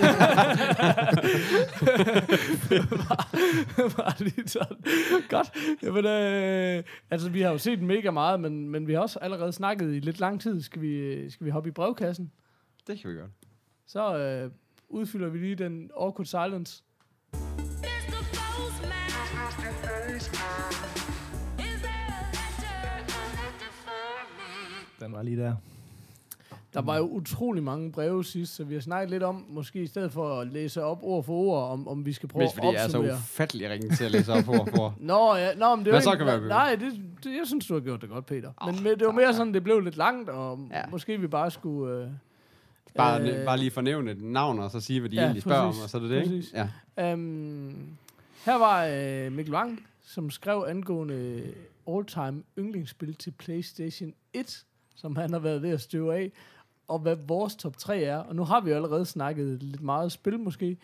D: bare lige sådan. Godt. Jamen, altså, vi har jo set mega meget, men vi har også allerede snakket i lidt lang tid. Skal vi hoppe i brevkassen?
B: Det kan vi godt.
D: Så udfylder vi lige den awkward silence.
C: Den var lige der.
D: Der var jo utrolig mange breve sidst, så vi har snakket lidt om, måske i stedet for at læse op ord for ord, om vi skal prøve at opsummere.
B: Fordi jeg er så ufattelig ringe til at læse op ord for ord.
D: Nå, men det
B: var ikke...
D: Nej, jeg synes, du har gjort det godt, Peter. Men det var mere sådan, det blev lidt langt, og måske vi bare skulle...
B: Bare lige fornævne et navn, og så sige, hvad de egentlig spørger om, og så er det det, ikke? Ja.
D: Her var Mikkel Wang, som skrev angående all-time yndlingsspil til PlayStation 1, som han har været ved at støve af. og hvad vores top 3 er. Og nu har vi jo allerede snakket lidt meget spil måske,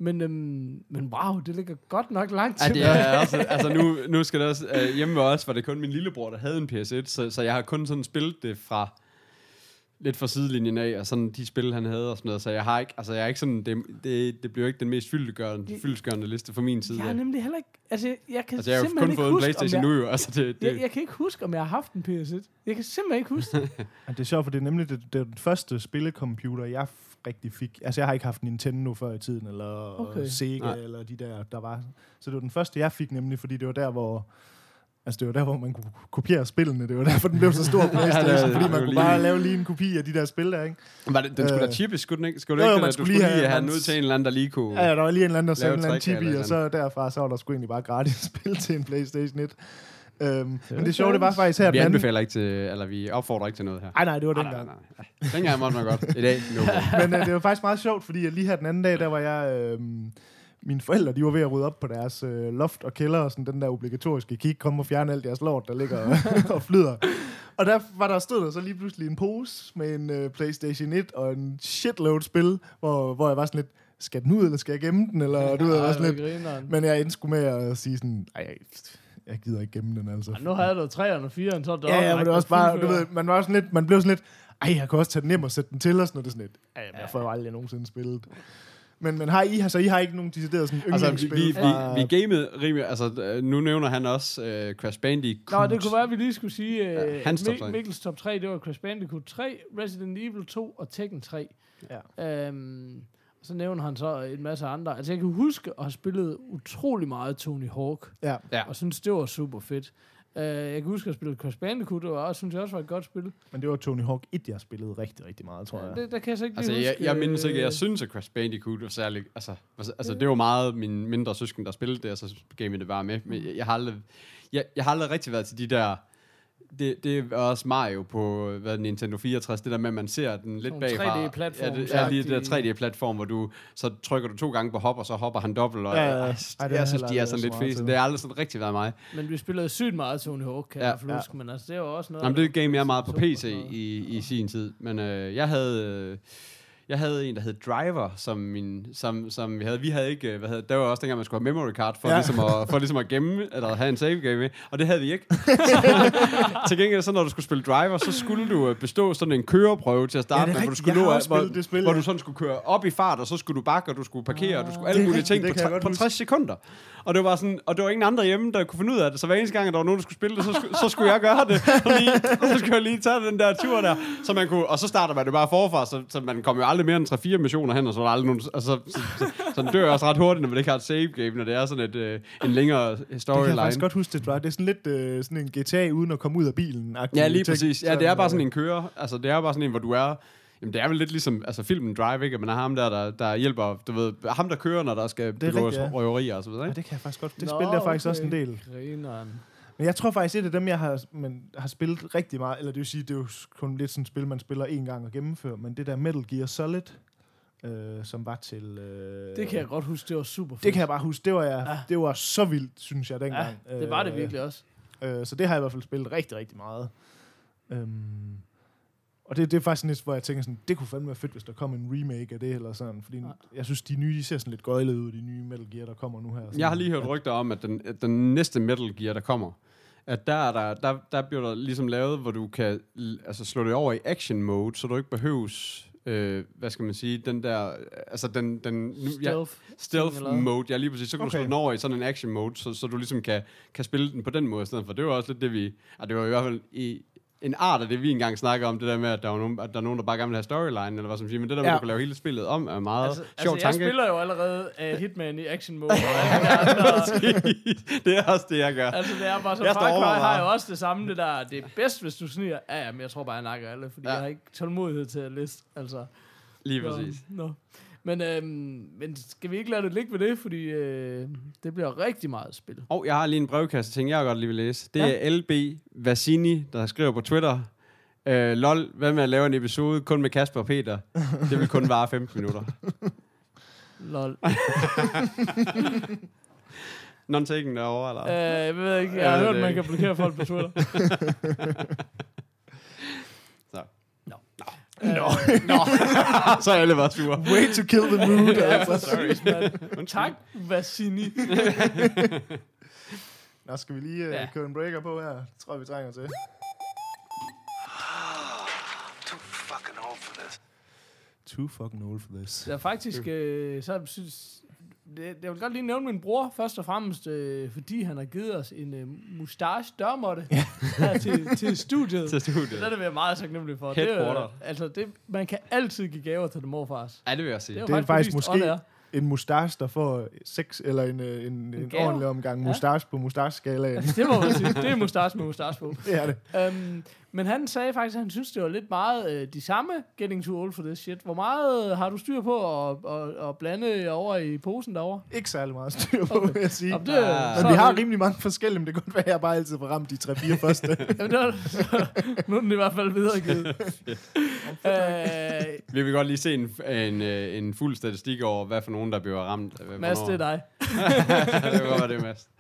D: men wow, det ligger godt nok langt til.
B: Ja, det er altså nu skal det også, hjemme ved os var det kun min lillebror, der havde en PS1, så jeg har kun sådan spillet det fra lidt fra sidelinjen af, og sådan de spil, han havde og sådan noget, så jeg er ikke sådan, det bliver ikke den mest fyldestgørende liste fra min side.
D: Jeg har nemlig heller ikke, jeg kan
B: jeg har jo kun fået en PlayStation nu jo,
D: jeg kan ikke huske, om jeg har haft en PS1. Jeg kan simpelthen ikke huske det.
C: Det er sjovt, for det er nemlig det er den første spillecomputer, jeg rigtig fik. Altså, jeg har ikke haft Nintendo før i tiden, eller Sega, eller de der var. Så det var den første, jeg fik nemlig, fordi det var der, hvor man kunne kopiere spillene. Det var derfor, den blev så stor på PlayStation, fordi man kunne bare lave lige en kopi af de der spil der, ikke?
B: Den skulle da chippes, skulle den ikke? Skulle du ikke, du skulle lige have den ud til en eller anden, der lige kunne...
C: Ja, der var lige en eller anden, der sendte en eller anden chip i, og så derfra, så var der sgu egentlig bare gratis spil til en PlayStation 1. Men det sjove, det var faktisk her...
B: Vi anbefaler ikke til... Eller vi opfordrer ikke til noget her.
C: Nej, det var dengang.
B: Dengang måtte man godt. I dag,
C: Men det var faktisk meget sjovt, fordi lige her den anden dag, der var jeg... Mine forældre, de var ved at rydde op på deres loft og kælder, og sådan den der obligatoriske kig, kom og fjerne alt deres lort, der ligger og flyder. Og der stod der så lige pludselig en pose med en PlayStation 1 og en shitload spil, hvor jeg var sådan lidt, skal den ud, eller skal jeg gemme den? Eller, du ved, var sådan lidt. Men jeg endte sgu med at sige sådan, jeg gider ikke gemme den, altså.
D: Nu havde du 3'eren og 4'eren, så
C: ja, men det var også bare, du ved, man blev sådan lidt, jeg kan også tage den hjem og sætte den til, og sådan noget, det er sådan lidt, jeg får jo aldrig nogensinde spillet. Men har I har ikke nogen decideret sådan yndlingsspil fra...
B: Vi gamede rimelig... Altså, nu nævner han også Crash Bandicoot.
D: Nå, det kunne være, at vi lige skulle sige...
B: hans top 3.
D: Mikkels top 3, det var Crash Bandicoot 3, Resident Evil 2 og Tekken 3. Ja. Så nævner han så en masse andre. Altså, jeg kan huske at have spillet utrolig meget Tony Hawk.
C: Ja.
D: Og synes, det var super fedt. Jeg kan huske at spille Crash Bandicoot, og synes jeg også var et godt spil.
C: Men det var Tony Hawk 1, jeg spillede rigtig, rigtig meget, tror jeg.
D: Det kan jeg så ikke
B: huske. Jeg mindes ikke, jeg synes, at Crash Bandicoot var særlig... Altså det var meget mine mindre søsken, der spillede det, og så gav vi det bare med. Men jeg har aldrig rigtig været til de der... Det er også Mario på Nintendo 64, det der med, at man ser den lidt bagfra.
D: 3D-platform.
B: Ja, lige det der 3D-platform, hvor så trykker du 2 gange på hop, og så hopper han dobbelt. Og jeg synes, de er sådan lidt fæse. Det har aldrig sådan rigtig været mig.
D: Men vi spillede sygt meget Tony Hawk, kan jeg fluske, men altså, det var også noget...
B: Jamen, det game jeg meget på PC i sin tid, men jeg havde en, der hed Driver, som vi havde. Vi havde ikke, der var også dengang, man skulle have memory card, for ligesom at gemme, eller have en save game med, og det havde vi ikke. Til gengæld, så når du skulle spille Driver, så skulle du bestå sådan en køreprøve til at starte med, hvor du skulle hvor du sådan skulle køre op i fart, og så skulle du bakke, og du skulle parkere, og du skulle alle mulige ting på 60 sekunder. Og det var sådan, og det var ingen andre hjemme, der kunne finde ud af det. Så hver eneste gang, at der var nogen, der skulle spille det, så skulle jeg gøre det. Og så skulle jeg lige tage den der tur der, så man kunne, og så starter man det bare forfra, så man kommer jo aldrig mere end 3-4 missioner hen, og så er der aldrig nogen, så den dør også ret hurtigt, når man ikke har et save game, når det er sådan en længere storyline. Det
C: kan jeg faktisk godt huske, det er sådan lidt sådan en GTA uden at komme ud af bilen.
B: Ja, lige præcis. Ja, det er bare sådan en kører. Altså, det er bare sådan en, hvor du er... Jamen, det er vel lidt ligesom filmen Drive, ikke? Men er ham der hjælper, du ved, ham der kører, når der skal begås røverier og så videre, ikke?
C: Ja, det kan jeg faktisk godt. Det spiller jeg faktisk også en del. Men jeg tror faktisk, et af dem, jeg har spillet rigtig meget, eller det vil sige, det er jo kun lidt sådan et spil, man spiller en gang og gennemfører, men det der Metal Gear Solid, som var til...
D: det kan jeg godt huske, det var super fedt.
C: Det kan jeg bare huske, det var så vildt, synes jeg, dengang.
D: Ja, det var det virkelig også.
C: Så det har jeg i hvert fald spillet rigtig, rigtig meget. Og det er faktisk næsten, hvor jeg tænker sådan, det kunne fandme være fedt, hvis der kom en remake af det, eller sådan, fordi jeg synes, de nye, de ser sådan lidt gøjlede ud, de nye Metal Gear, der kommer nu her.
B: Jeg har lige hørt rygter om, at den næste Metal Gear, der kommer, at der bliver der ligesom lavet, hvor du kan slå det over i action mode, så du ikke behøves, hvad skal man sige, den der, altså den stealth mode, ja lige præcis, så kan du slå den over i sådan en action mode, så du ligesom kan spille den på den måde i stedet for. Det var også lidt det det var i hvert fald en art af det, vi engang snakker om, det der med, at der er nogen, der bare gerne vil have storyline, eller hvad som siger, men det der med, at du kan lave hele spillet om, er meget sjov tanke.
D: Jeg spiller jo allerede Hitman i action mode.
B: Det er også det, jeg gør.
D: Altså, det er bare så, Far Cry har jo også det samme, det der, det er bedst, hvis du sniger. Ja, men jeg tror bare, jeg nakker alle, fordi jeg har ikke tålmodighed til at liste, altså.
B: Lige præcis.
D: Men skal vi ikke lade det ligge ved det, fordi det bliver rigtig meget spil.
B: Jeg har lige en brevkasse ting, jeg godt lige vil læse. Det er LB Vassini, der skriver på Twitter. Lol, hvad med at lave en episode kun med Kasper og Peter? Det vil kun vare 15 minutter.
D: Lol.
B: Non-taken derovre, eller?
D: Jeg ved ikke. Jeg har hørt, man kan blokere folk på Twitter.
C: Nå.
B: Nå, så er alle bare sure.
C: Way to kill the mood.
D: Ja, præcis, mand. Tak, Vassini.
C: Nå, skal vi lige køre en breaker på her? Det tror jeg, vi trænger til.
E: Too fucking old for this.
C: Too fucking old for this.
D: Jeg faktisk, så synes... Jeg vil godt lige nævne min bror, først og fremmest, fordi han har givet os en mustache dørmåtte her til studiet.
B: Til studiet.
D: Det er det, vi er meget taknemmelig for. Man kan altid give gaver til det morfars.
B: Ja, det vil jeg sige.
D: Det
C: Det er faktisk måske en mustache, der får 6 eller en
D: gave?
C: ordentlig omgang mustache på mustache-skalaen.
D: Det må man sige. Det er mustache med mustache på.
C: Det er det.
D: Men han sagde faktisk, at han synes, det var lidt meget de samme getting too old for this shit. Hvor meget har du styr på at blande over i posen derovre?
C: Ikke særlig meget styr på, vil jeg sige.
D: Jamen,
C: Men vi har rimelig mange forskellige, men det kan godt være, at jeg bare altid får ramt de 3-4 første.
D: Nu er den i hvert fald videregivet.
B: Vi vil godt lige se en fuld statistik over, hvad for nogen, der bliver ramt.
D: Mads, det er dig.
B: Det var godt, det er Mads.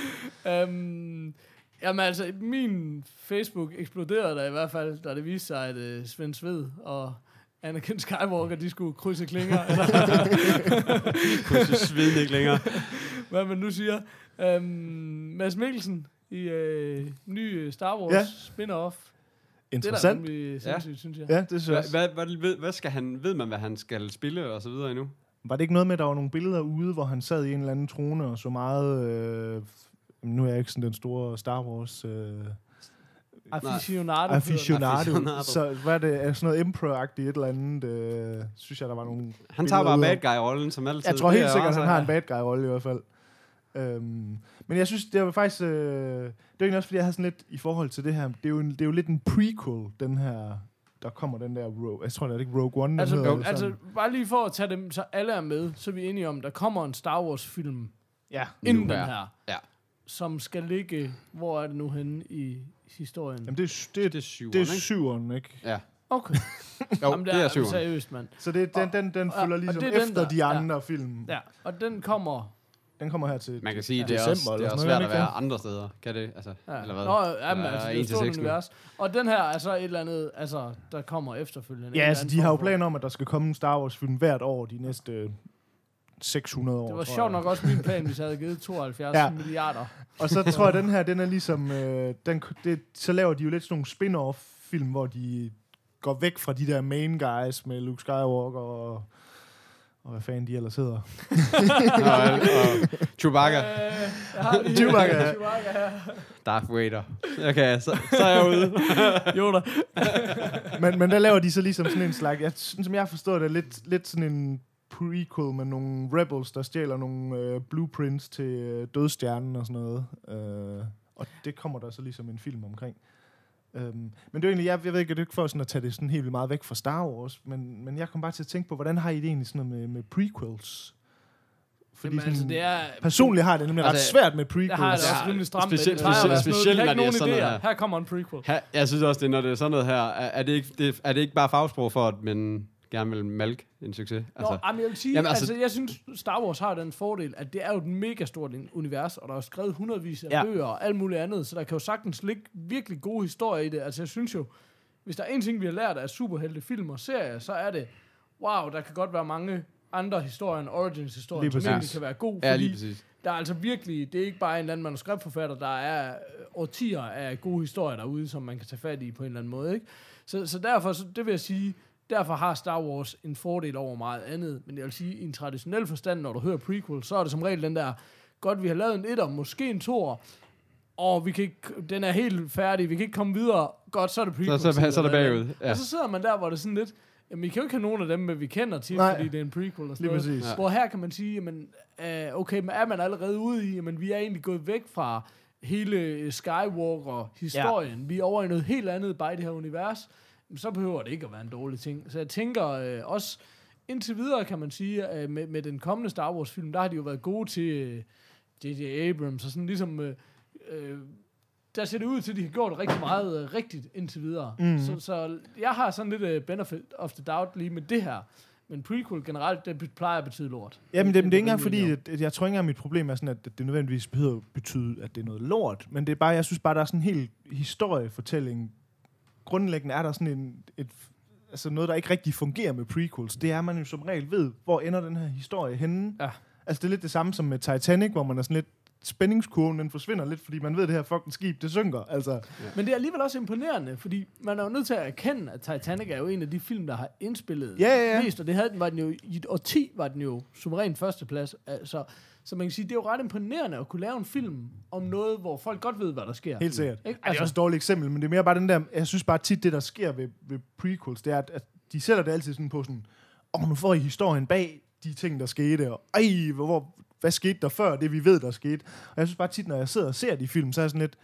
D: Jamen altså, min Facebook eksploderede der i hvert fald, da det viste sig, at Svend Sved og Anakin Skywalker, de skulle krydse klinger.
B: Krydse Sved ikke længere.
D: Hvad man nu siger. Mads Mikkelsen i ny Star Wars spin-off.
C: Interessant.
D: Det er da rimelig sindssygt, synes jeg.
C: Ja, det synes jeg.
B: Hvad skal han, ved man, hvad han skal spille og så videre endnu?
C: Var det ikke noget med, at der var nogle billeder ude, hvor han sad i en eller anden trone og så meget... nu er jeg ikke sådan den store Star Wars...
D: Aficionado.
C: Så hvad er det? Sådan noget Emperor-agtigt et eller andet, synes jeg, der var nogle...
B: Han tager bare bad guy-rollen, som altid.
C: Jeg tror helt sikkert, han har en bad guy-rolle i hvert fald. Men jeg synes, det var faktisk... det er egentlig også, fordi jeg havde sådan lidt i forhold til det her... Det er jo lidt en prequel, den her... Der kommer den der Rogue... Jeg tror, det er ikke Rogue One,
D: altså bare lige for at tage dem, så alle er med, så er vi enige om, der kommer en Star Wars-film inden den her.
B: Ja.
D: Som skal ligge... Hvor er det nu henne i historien?
C: Jamen, det er syveren, ikke?
B: Ja.
D: Okay.
B: Jo,
D: jamen,
B: det er syveren.
D: Seriøst, mand.
C: Så den følger ligesom efter de andre film.
D: Ja, og den kommer...
C: Den kommer her til
B: man kan sige, det er også svært at være andre steder. Kan det? Altså, eller hvad?
D: Nå, jamen, altså, det er et stort univers. Og den her er så et eller andet, altså, der kommer efterfølgende.
C: Ja, altså, de har jo planer om, at der skal komme en Star Wars-film hvert år de næste 600 år.
D: Det var sjovt nok også min plan, hvis jeg havde givet 72 milliarder.
C: Og så tror jeg, den her, den er ligesom... så laver de jo lidt sådan nogle spin-off-film, hvor de går væk fra de der main guys med Luke Skywalker og hvad fanden de ellers hedder.
B: og Chewbacca.
C: Chewbacca
D: her.
B: Darth Vader. Okay, så er jeg ude.
D: Yoda.
C: men der laver de så ligesom sådan en slags... som jeg forstår det, lidt sådan en prequel med nogle rebels, der stjæler nogle blueprints til Dødstjernen og sådan noget. Og det kommer der så ligesom en film omkring. Men det er egentlig, jeg ved ikke, det er ikke for sådan at tage det sådan helt vildt meget væk fra Star Wars, men jeg kom bare til at tænke på, hvordan har I det egentlig sådan noget med prequels? Fordi
D: jamen, altså, det er,
C: personligt har det nemlig ret svært med prequels.
D: Jeg har det også rimelig stramt.
B: Specielt når det er sådan noget her.
D: Her kommer en prequel.
B: Jeg synes også, det når det er sådan noget her, er det ikke bare fagsprog for, at man gerne vil malke en succes?
D: Altså, jeg vil sige, jeg synes, Star Wars har den fordel, at det er jo et mega stort univers, og der er skrevet hundredvis af bøger og alt muligt andet, så der kan jo sagtens ligge virkelig gode historier i det. Altså, jeg synes jo, hvis der er en ting, vi har lært af superheltefilm og serier, så er det, wow, der kan godt være mange andre historier end Origins-historien, som egentlig kan være god, fordi
B: lige præcis.
D: Der er altså virkelig, det er ikke bare en eller anden manuskriptforfatter, der er årtier af gode historier derude, som man kan tage fat i på en eller anden måde, ikke? Så derfor, det vil jeg sige, derfor har Star Wars en fordel over meget andet, men jeg vil sige, i en traditionel forstand, når du hører prequel, så er det som regel den der, godt, vi har lavet en etter, måske en toer, og vi kan ikke, den er helt færdig, vi kan ikke komme videre, godt, så er det prequel.
B: Så er det bagud. Ja.
D: Og så sidder man der, hvor det er sådan lidt, jamen, vi kan jo ikke have nogen af dem, vi kender til, fordi det er en prequel og sådan noget. Ja. Hvor her kan man sige, jamen, okay, men er man allerede ude i, jamen, vi er egentlig gået væk fra hele Skywalker-historien. Ja. Vi er over i noget helt andet, bare i det her univers. Så behøver det ikke at være en dårlig ting. Så jeg tænker også, indtil videre kan man sige, med den kommende Star Wars-film, der har de jo været gode til J.J. Abrams, og sådan ligesom, der ser det ud til, at de har gjort rigtig meget rigtigt indtil videre. Så jeg har sådan lidt benefit of the doubt lige med det her. Men prequel generelt, det plejer at betyde lort. Jamen,
C: det er ikke engang fordi, jeg tror ikke engang, mit problem er sådan, at det nødvendigvis behøver betyde, at det er noget lort. Men det er bare, jeg synes bare, der er sådan en helt historiefortælling. Grundlæggende er der sådan altså noget, der ikke rigtig fungerer med prequels, det er, at man jo som regel ved, hvor ender den her historie henne.
D: Ja.
C: Altså, det er lidt det samme som med Titanic, hvor man er sådan lidt, spændingskurven, den forsvinder lidt, fordi man ved, at det her fucking skib, det synker. Altså.
D: Men det er alligevel også imponerende, fordi man er jo nødt til at erkende, at Titanic er jo en af de film, der har indspillet mest, og det var den jo i et årti, var den jo suverænt førsteplads. Altså, så man kan sige, det er jo ret imponerende at kunne lave en film om noget, hvor folk godt ved, hvad der sker.
C: Helt sikkert.
D: Ikke?
C: Det er også et dårligt eksempel, men det er mere bare den der, jeg synes bare tit, det der sker ved prequels, det er, at de sætter det altid sådan på sådan, nu får I historien bag de ting, der skete, og hvad skete der før det, vi ved, der skete. Og jeg synes bare tit, når jeg sidder og ser de film, så er jeg sådan lidt,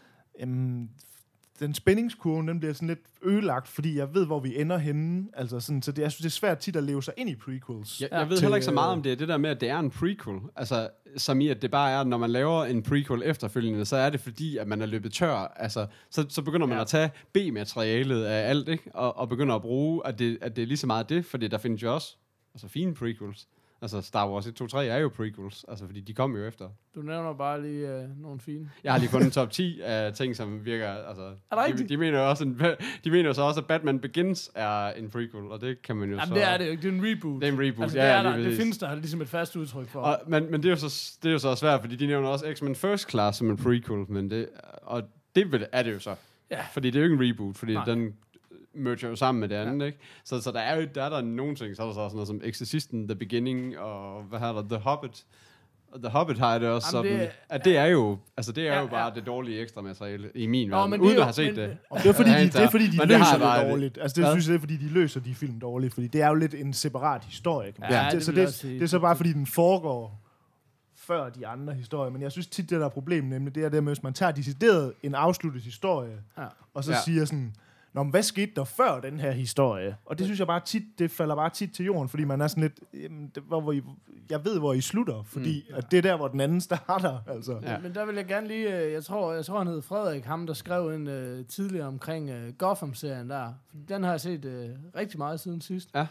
C: den spændingskurven, den bliver sådan lidt ødelagt, fordi jeg ved, hvor vi ender henne. Altså sådan, så jeg synes, det er svært tit at leve sig ind i prequels.
B: Jeg ved heller ikke så meget om det der med, at det er en prequel. Altså, som i, at det bare er, når man laver en prequel efterfølgende, så er det fordi, at man er løbet tør. Altså, så begynder man at tage B-materialet af alt, ikke? Og begynder at bruge, at det er lige så meget det, fordi der findes jo også fine prequels. Altså, Star Wars 1, 2, 3 er jo prequels, altså, fordi de kom jo efter.
D: Du nævner bare lige nogle fine.
B: Jeg har lige fundet en top 10 af ting, som virker, altså...
D: De
B: mener jo så også, at Batman Begins er en prequel, og det kan man jo
D: Jamen,
B: så...
D: det er det jo ikke, det er en reboot.
B: Det er en reboot,
D: altså, det findes der ligesom et fast udtryk for.
B: Men det er jo så svært, fordi de nævner også X-Men First Class som en prequel, men det er det jo så. Ja. Fordi det er jo ikke en reboot, fordi den merger jo sammen med det andet, ikke? Så der er nogle ting, så er der så sådan noget som Exorcisten, The Beginning, og hvad her der, The Hobbit. Og The Hobbit har det også sådan, at det er jo, altså det er jo bare det dårlige ekstra materiale i min verden, uden at have set det.
C: Det er fordi, de løser det dårligt. Altså det synes jeg, det er fordi, de løser de film dårligt, fordi det er jo lidt en separat historie. Det er så bare fordi, den foregår før de andre historier, men jeg synes tit, det der er problemet, nemlig det er det med, hvis man tager decideret en afsluttet historie, og så siger sådan, nå, men hvad skete der før den her historie? Og det synes jeg bare tit, det falder bare tit til jorden, fordi man er sådan lidt, jeg ved, hvor I slutter, fordi at det er der, hvor den anden starter. Altså.
D: Ja. Men der vil jeg gerne lige, jeg tror han hed Frederik, ham der skrev en tidligere omkring Gotham-serien der. Den har jeg set rigtig meget siden sidst. Ja.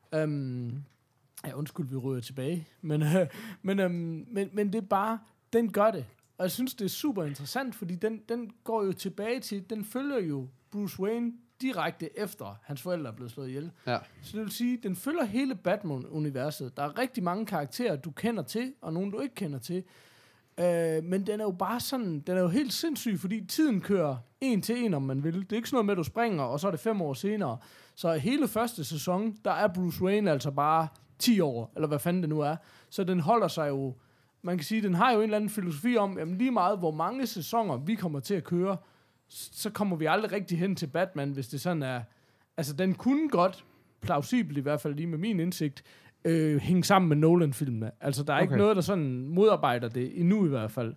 D: Undskyld, vi ryger tilbage. Men det er bare, den gør det. Og jeg synes, det er super interessant, fordi den går jo tilbage til, den følger jo Bruce Wayne direkte efter hans forældre er blevet slået ihjel. Ja. Så det vil sige, den følger hele Batman-universet. Der er rigtig mange karakterer, du kender til, og nogle, du ikke kender til. Men den er jo bare sådan, den er jo helt sindssyg, fordi tiden kører 1 til 1, om man vil. Det er ikke sådan noget med, at du springer, og så er det 5 år senere. Så hele første sæson, der er Bruce Wayne altså bare 10 år, eller hvad fanden det nu er. Så den holder sig jo, man kan sige, den har jo en eller anden filosofi om, jamen lige meget, hvor mange sæsoner vi kommer til at køre, så kommer vi aldrig rigtig hen til Batman, hvis det sådan er... Altså, den kunne godt, plausibelt i hvert fald lige med min indsigt, hænge sammen med Nolan-filmene. Altså, der er ikke noget, der sådan modarbejder det, endnu i hvert fald.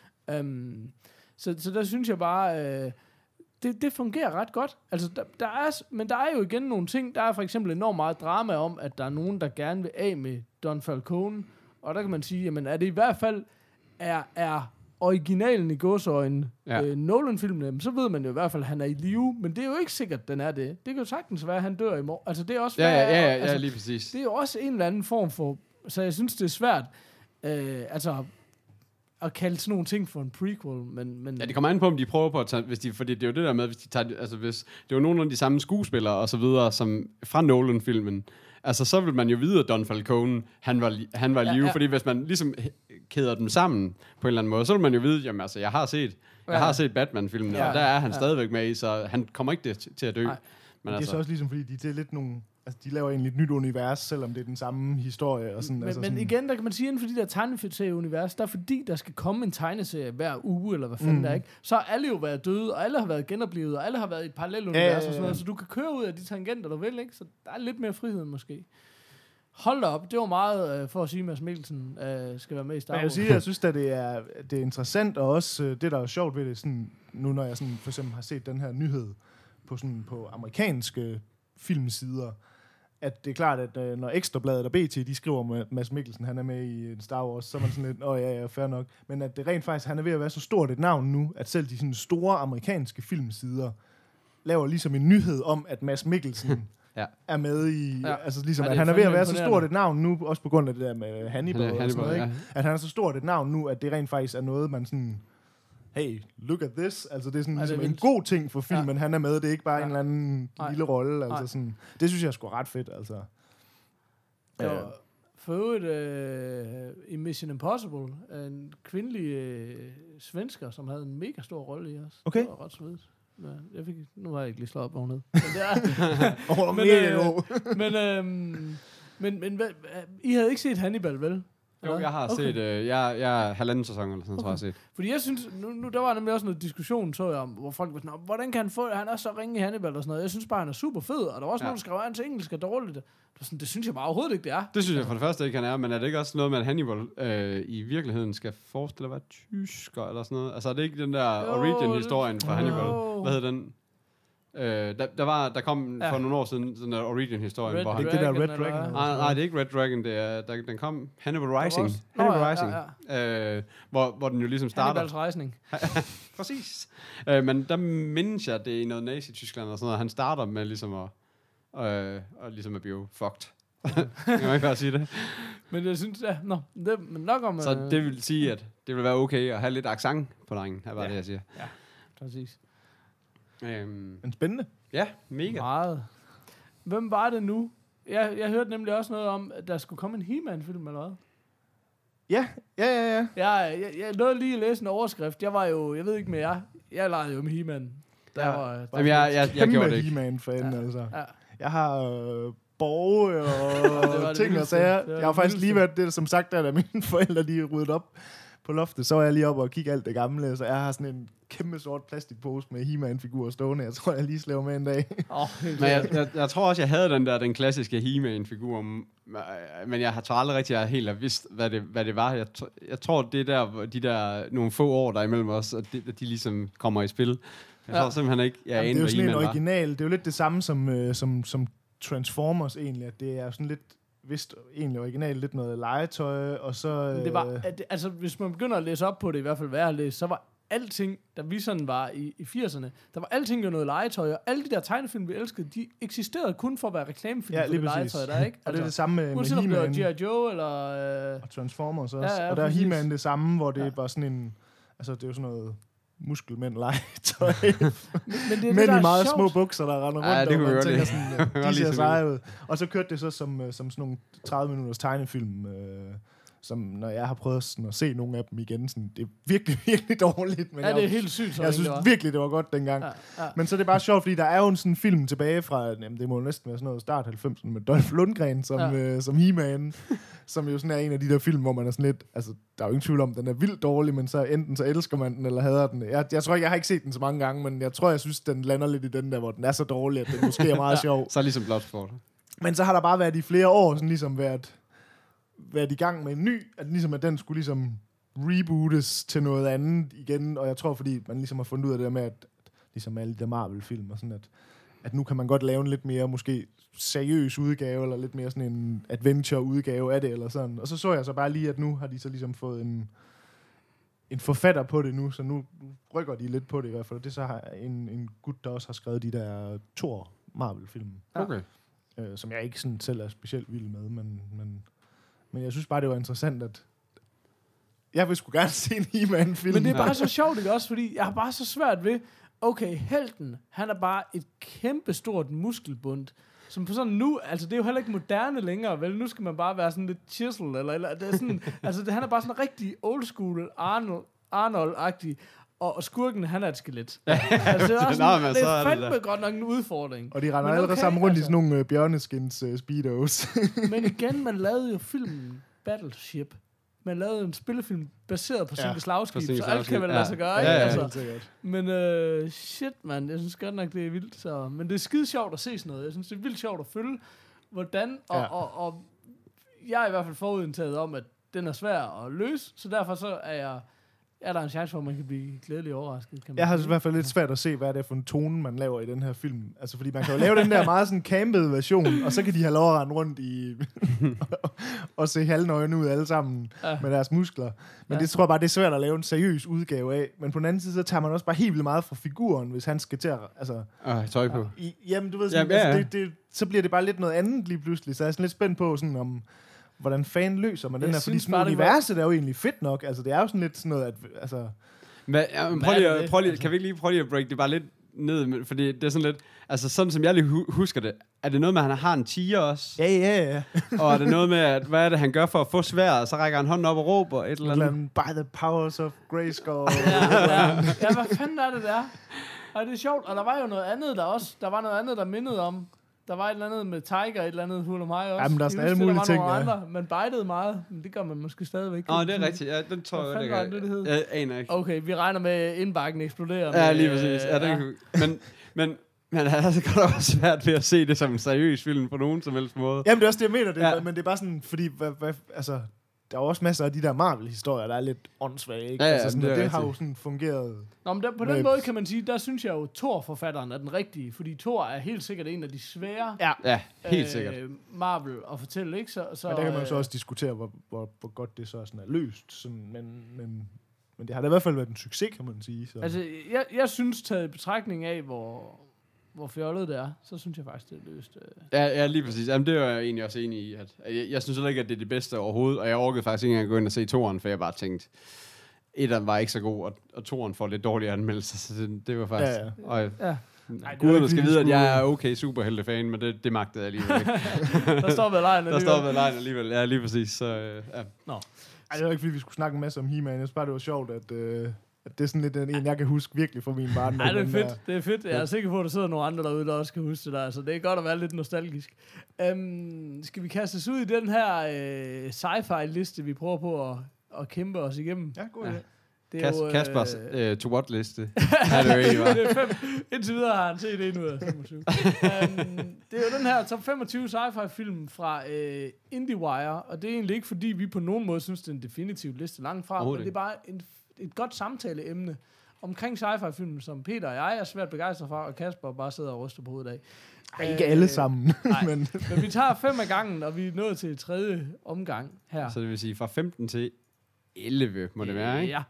D: Så der synes jeg bare... Det fungerer ret godt. Altså, men der er jo igen nogle ting. Der er for eksempel enormt meget drama om, at der er nogen, der gerne vil af med Don Falcone. Og der kan man sige, jamen, er det i hvert fald... er originalen i gåseøjne Nolan-filmen, så ved man jo i hvert fald, at han er i live, men det er jo ikke sikkert, den er det. Det kan jo sagtens være, at han dør i morgen. Altså, det er også...
B: Ja, lige præcis.
D: Det er jo også en eller anden form for... Så jeg synes, det er svært at kalde sådan nogle ting for en prequel, men...
B: Ja, det kommer an på, om de prøver på at tage... fordi det er jo det der med, hvis de tager... Altså, hvis det er jo nogle af de samme skuespillere og så videre, som fra Nolan-filmen, altså, så vil man jo vide, at Don Falcone, han var i live, fordi hvis man ligesom kæder dem sammen på en eller anden måde, så vil man jo vide, jamen altså, jeg har set Batman-filmen, og der er han stadigvæk med i, så han kommer ikke til at dø.
C: Men det er så også ligesom, fordi de er lidt nogle... Altså, de laver egentlig et nyt univers, selvom det er den samme historie. Og sådan,
D: men igen, der kan man sige, inden for de der tegneserieunivers, der er fordi, der skal komme en tegneserie hver uge, eller hvad fanden der ikke, så har alle jo været døde, og alle har været genoplevet, og alle har været i et parallelunivers og sådan noget, så du kan køre ud af de tangenter, du vil, ikke? Så der er lidt mere frihed måske. Hold da op, det var meget for at sige, at Mads Mikkelsen skal være med i Star Wars.
C: Jeg synes at det er interessant, og også det, der er sjovt ved det, sådan, nu når jeg sådan, for eksempel har set den her nyhed på amerikanske filmsider, at det er klart, at når Ekstrabladet og BT, de skriver, at Mads Mikkelsen, han er med i Star Wars, så er man sådan lidt, ja, fair nok. Men at det rent faktisk, han er ved at være så stort et navn nu, at selv de sådan store amerikanske filmsider laver ligesom en nyhed om, at Mads Mikkelsen er med i... Ja. Altså ligesom, at han er ved at være så stort et navn nu, også på grund af det der med Hannibal og sådan noget, ikke? At han er så stort et navn nu, at det rent faktisk er noget, man sådan... hey, look at this. Altså, det er sådan ligesom
D: det er
C: en god ting for filmen,
D: Ja.
C: han er med. Det er ikke bare en eller anden
D: Nej.
C: lille rolle.
D: Nej.
C: Altså, sådan, det synes jeg er sgu ret fedt, altså.
D: For øvrigt i Mission Impossible, en kvindelig svensker, som havde en mega stor rolle i os.
C: Okay.
D: Det var ret svedigt. Ja, nu har jeg ikke lige slået op, hvor hun hed. Men det er, men hvad, I havde ikke set Hannibal, vel?
B: Jo,
D: Eller?
B: jeg har set, jeg er halvanden sæson eller sådan, tror jeg, har set.
D: Fordi jeg synes, nu der var nemlig også noget diskussion, så jeg om, hvor folk var sådan, hvordan kan han få det? Han er så ringe i Hannibal og sådan noget. Jeg synes bare, han er super fed, og der var også nogen, der skrev, at hans engelsk er dårligt. Det synes jeg bare overhovedet ikke, det er.
B: Det synes jeg for det første ikke, han er, men er det ikke også noget med, at Hannibal i virkeligheden skal forestille at være tysker eller sådan noget? Altså er det ikke den der origin-historien fra Hannibal? Hvad hedder den? Der kom for nogle år siden sådan der origin-historien, hvor han...
C: det der Red Dragon?
B: Nej, det er ikke Red Dragon, den kom Hannibal Rising. Hvor den jo ligesom starter.
D: Hannibals rejsning.
B: Præcis. Men der mindes jeg, at det er i noget Nazi-Tyskland og sådan noget. Han starter med ligesom at ligesom at blive fucked. Kan man ikke bare sige det?
D: Men jeg synes, men nok om...
B: Så det vil sige, at det vil være okay at have lidt accent på drengen. Det er bare det, jeg siger.
D: Ja, præcis.
C: Men spændende.
B: Ja, mega.
D: Meget. Hvem var det nu? Jeg hørte nemlig også noget om, at der skulle komme en He-Man-film eller hvad?
C: Ja.
D: Jeg nåede lige at læse en overskrift. Jeg ved ikke med jer. Jeg legede jo med He-Man.
B: Jamen, jeg gjorde det ikke.
C: He-Man-fan, altså.
D: Ja.
C: Jeg har borge og ting og sager. Jeg har faktisk lige været det, som sagt, da mine forældre de ryddede op på loftet, så var jeg lige oppe og kigge alt det gamle, så jeg har sådan en kæmpe sort plastikpose med He-Man-figurer stående. Jeg tror, jeg lige slæver med en dag.
B: Men jeg tror også, jeg havde den klassiske He-Man-figur, men jeg har aldrig rigtig helt vidst, hvad det var. Jeg tror, det er der, de der nogle få år, der er imellem os, at de ligesom kommer i spil. Jeg tror simpelthen ikke, jeg
C: Jamen,
B: aner, hvad
C: det er jo sådan
B: He-Man
C: en
B: var.
C: original. Det er jo lidt det samme som Transformers egentlig, at det er sådan lidt vist egentlig originalt lidt noget legetøj, og så...
D: Det var, altså, hvis man begynder at læse op på det, i hvert fald hvad jeg har læst, så var alting, da vi sådan var i 80'erne, der var alting jo noget legetøj, og alle de der tegnefilm, vi elskede, de eksisterede kun for at være reklamefilm for det legetøj, der ikke?
C: Og det er det samme med
D: uanset om det var
C: He-Man
D: G.I. Joe, eller...
C: og Transformers også.
D: Ja,
C: og der er
D: præcis.
C: He-Man det samme, hvor det var sådan en... Altså, det er jo sådan noget muskelmænd legetøj.
D: Men det er
C: Mænd
D: det,
C: i meget
D: sjovt.
C: små bukser, der render rundt,
B: det
C: og
B: kunne
C: man
B: vi
C: tænker
B: godt
C: sådan, de ser seje ud. Og så kørte det så som sådan nogle 30 minutters tegnefilm, som når jeg har prøvet sådan at se nogle af dem igen, sådan, det er virkelig, virkelig dårligt. Men
D: Ja, det er helt sygt,
C: jeg synes virkelig, det var godt dengang.
D: Ja.
C: Men så er det bare sjovt, fordi der er jo en sådan film tilbage fra, jamen det må næsten være sådan noget start 90'erne med Dolph Lundgren som He-Man, som jo sådan er en af de der film, hvor man er sådan lidt, altså der er jo ingen tvivl om, den er vildt dårlig, men så enten så elsker man den, eller hader den. Jeg tror ikke, jeg har ikke set den så mange gange, men jeg tror, jeg synes, den lander lidt i den der, hvor den er så dårlig, at den måske er meget sjov.
B: Så ligesom Bloodsport.
C: Men så har der bare været i flere år, sådan ligesom været i gang med en ny, at ligesom at den skulle ligesom rebootes til noget andet igen, og jeg tror, fordi man ligesom har fundet ud af det der med, at ligesom alle de der Marvel-film, og sådan at nu kan man godt lave en lidt mere måske seriøs udgave, eller lidt mere sådan en adventure-udgave af det, eller sådan. Og så jeg så bare lige, at nu har de så ligesom fået en forfatter på det nu, så nu rykker de lidt på det i hvert fald. Det så har en gut, der også har skrevet de der Thor Marvel-film.
B: Okay.
C: Som jeg ikke sådan selv er specielt vild med, men jeg synes bare, det var interessant, at jeg vil sgu gerne se en He-Man-film.
D: Men det er bare så sjovt, ikke også? Fordi jeg har bare så svært ved, okay, helten, han er bare et kæmpestort muskelbund, som på sådan nu, altså det er jo heller ikke moderne længere, vel? Nu skal man bare være sådan lidt chisel, eller det er sådan, altså han er bare sådan rigtig old school Arnold-agtig, og skurken, han er et skelet. Altså, det er, også sådan, det er fandme godt nok en udfordring.
C: Og de render allerede sammen rundt i sådan nogle bjørneskins speedos.
D: Men igen, man lavede jo filmen Battleship. Man lavede en spillefilm baseret på Silke Slagskib, så alt kan vel lade sig gøre, ikke? Altså. Men shit, man, jeg synes godt nok, det er vildt. Så. Men det er skide sjovt at se sådan noget. Jeg synes, det er vildt sjovt at følge, hvordan, og jeg er i hvert fald forudindtaget om, at den er svær at løse, så derfor så er der en chance for, at man kan blive glædelig overrasket. Kan man
C: jeg har i hvert fald lidt svært at se, hvad det er for en tone, man laver i den her film. Altså, fordi man kan jo lave den der meget sådan campede version, og så kan de have lov at rende rundt i og se halvnøgne ud alle sammen med deres muskler. Men det tror jeg bare, det er svært at lave en seriøs udgave af. Men på den anden side, så tager man også bare helt vildt meget fra figuren, hvis han skal til at... Altså,
B: tøj på.
C: Jamen, du ved, sådan, altså, så bliver det bare lidt noget andet lige pludselig. Så jeg er sådan lidt spændt på, sådan om... Hvordan fanden løser man den her? Fordi sådan universet er jo egentlig fedt nok. Altså, det er jo sådan lidt sådan noget, at... Altså,
B: Prøv lige, kan vi ikke prøve lige at break det bare lidt ned, fordi det er sådan lidt, altså sådan som jeg lige husker det, er det noget med, at han har en tiger også?
C: Ja.
B: Og er det noget med, at hvad er det, han gør for at få sværd, og så rækker han hånden op og råber et eller andet?
C: By the powers of Grayskull.
D: ja, hvad fanden er det der? Og det er sjovt, og der var jo noget andet der også. Der var noget andet, der mindede om. Der var et eller andet med Tiger, et eller andet hul og mig også.
C: Jamen, der er sådan alle mulige ting, ja.
D: Andre. Man bitede meget, men det gør man måske stadigvæk.
B: Det er rigtigt. Ja, den tror jeg, det
D: kan.
B: Jeg aner ikke.
D: Okay, vi regner med indbakken eksploderer.
B: Ja, lige præcis. Men han har godt også svært ved at se det som en seriøs film på nogen som helst måde.
C: Jamen, det er også det, jeg mener. Men det er bare sådan, fordi... altså, der er også masser af de der Marvel-historier, der er lidt åndssvage, ikke?
B: Ja,
C: altså sådan, det har
B: rigtigt.
C: jo sådan fungeret...
D: Nå, men på den måde kan man sige, der synes jeg jo, Thor-forfatteren er den rigtige, fordi Thor er helt sikkert en af de svære
B: Ja, helt sikkert.
D: Marvel at fortælle, ikke? Så,
C: men der kan man jo så også diskutere, hvor godt det så sådan er løst, sådan, men det har da i hvert fald været en succes, kan man sige. Så.
D: Altså, jeg synes, taget i betragtning af, hvor fjollet det er, så synes jeg faktisk, det er løst.
B: Ja, lige præcis. Jamen, det er jeg egentlig også enig i. At jeg synes heller ikke, at det er det bedste overhovedet, og jeg orkede faktisk ikke engang at gå ind og se toeren, for jeg bare tænkte, etteren var ikke så god, og toeren får lidt dårlige anmeldelser, så det var faktisk...
D: Ja.
B: Guderne skal vide, at jeg er okay superheltefan, men det magtede jeg alligevel ikke.
D: Der stoppede lejen
B: alligevel. Ja, lige præcis. Så, ja.
D: Nå.
C: Ej, det var ikke, fordi vi skulle snakke en masse om He-Man. Jeg synes bare, det var sjovt, at det er sådan lidt en, jeg kan huske virkelig fra min barndom.
D: Nej, det er fedt. Det er fedt. Jeg er sikker på, at der sidder nogle andre derude, der også kan huske det der. Så det er godt at være lidt nostalgisk. Skal vi kaste os ud i den her sci-fi-liste, vi prøver på at kæmpe os igennem?
C: Ja, god idé.
B: Det er Kaspers to what-liste. Ja, det er
D: 5. Indtil videre har han set det ud af 25. Det er jo den her top 25 sci-fi-film fra IndieWire, og det er egentlig ikke, fordi vi på nogen måde synes, det er en definitiv liste langt fra, men det er bare et godt samtaleemne omkring sci-fi-film, som Peter og jeg er svært begejstret for, og Kasper bare sidder og ryster på hovedet af.
C: Ej, ikke alle sammen.
D: men vi tager 5 af gangen, og vi er nået til 3. omgang her.
B: Så det vil sige fra 15 til 11, må det være, ikke?
D: Ja.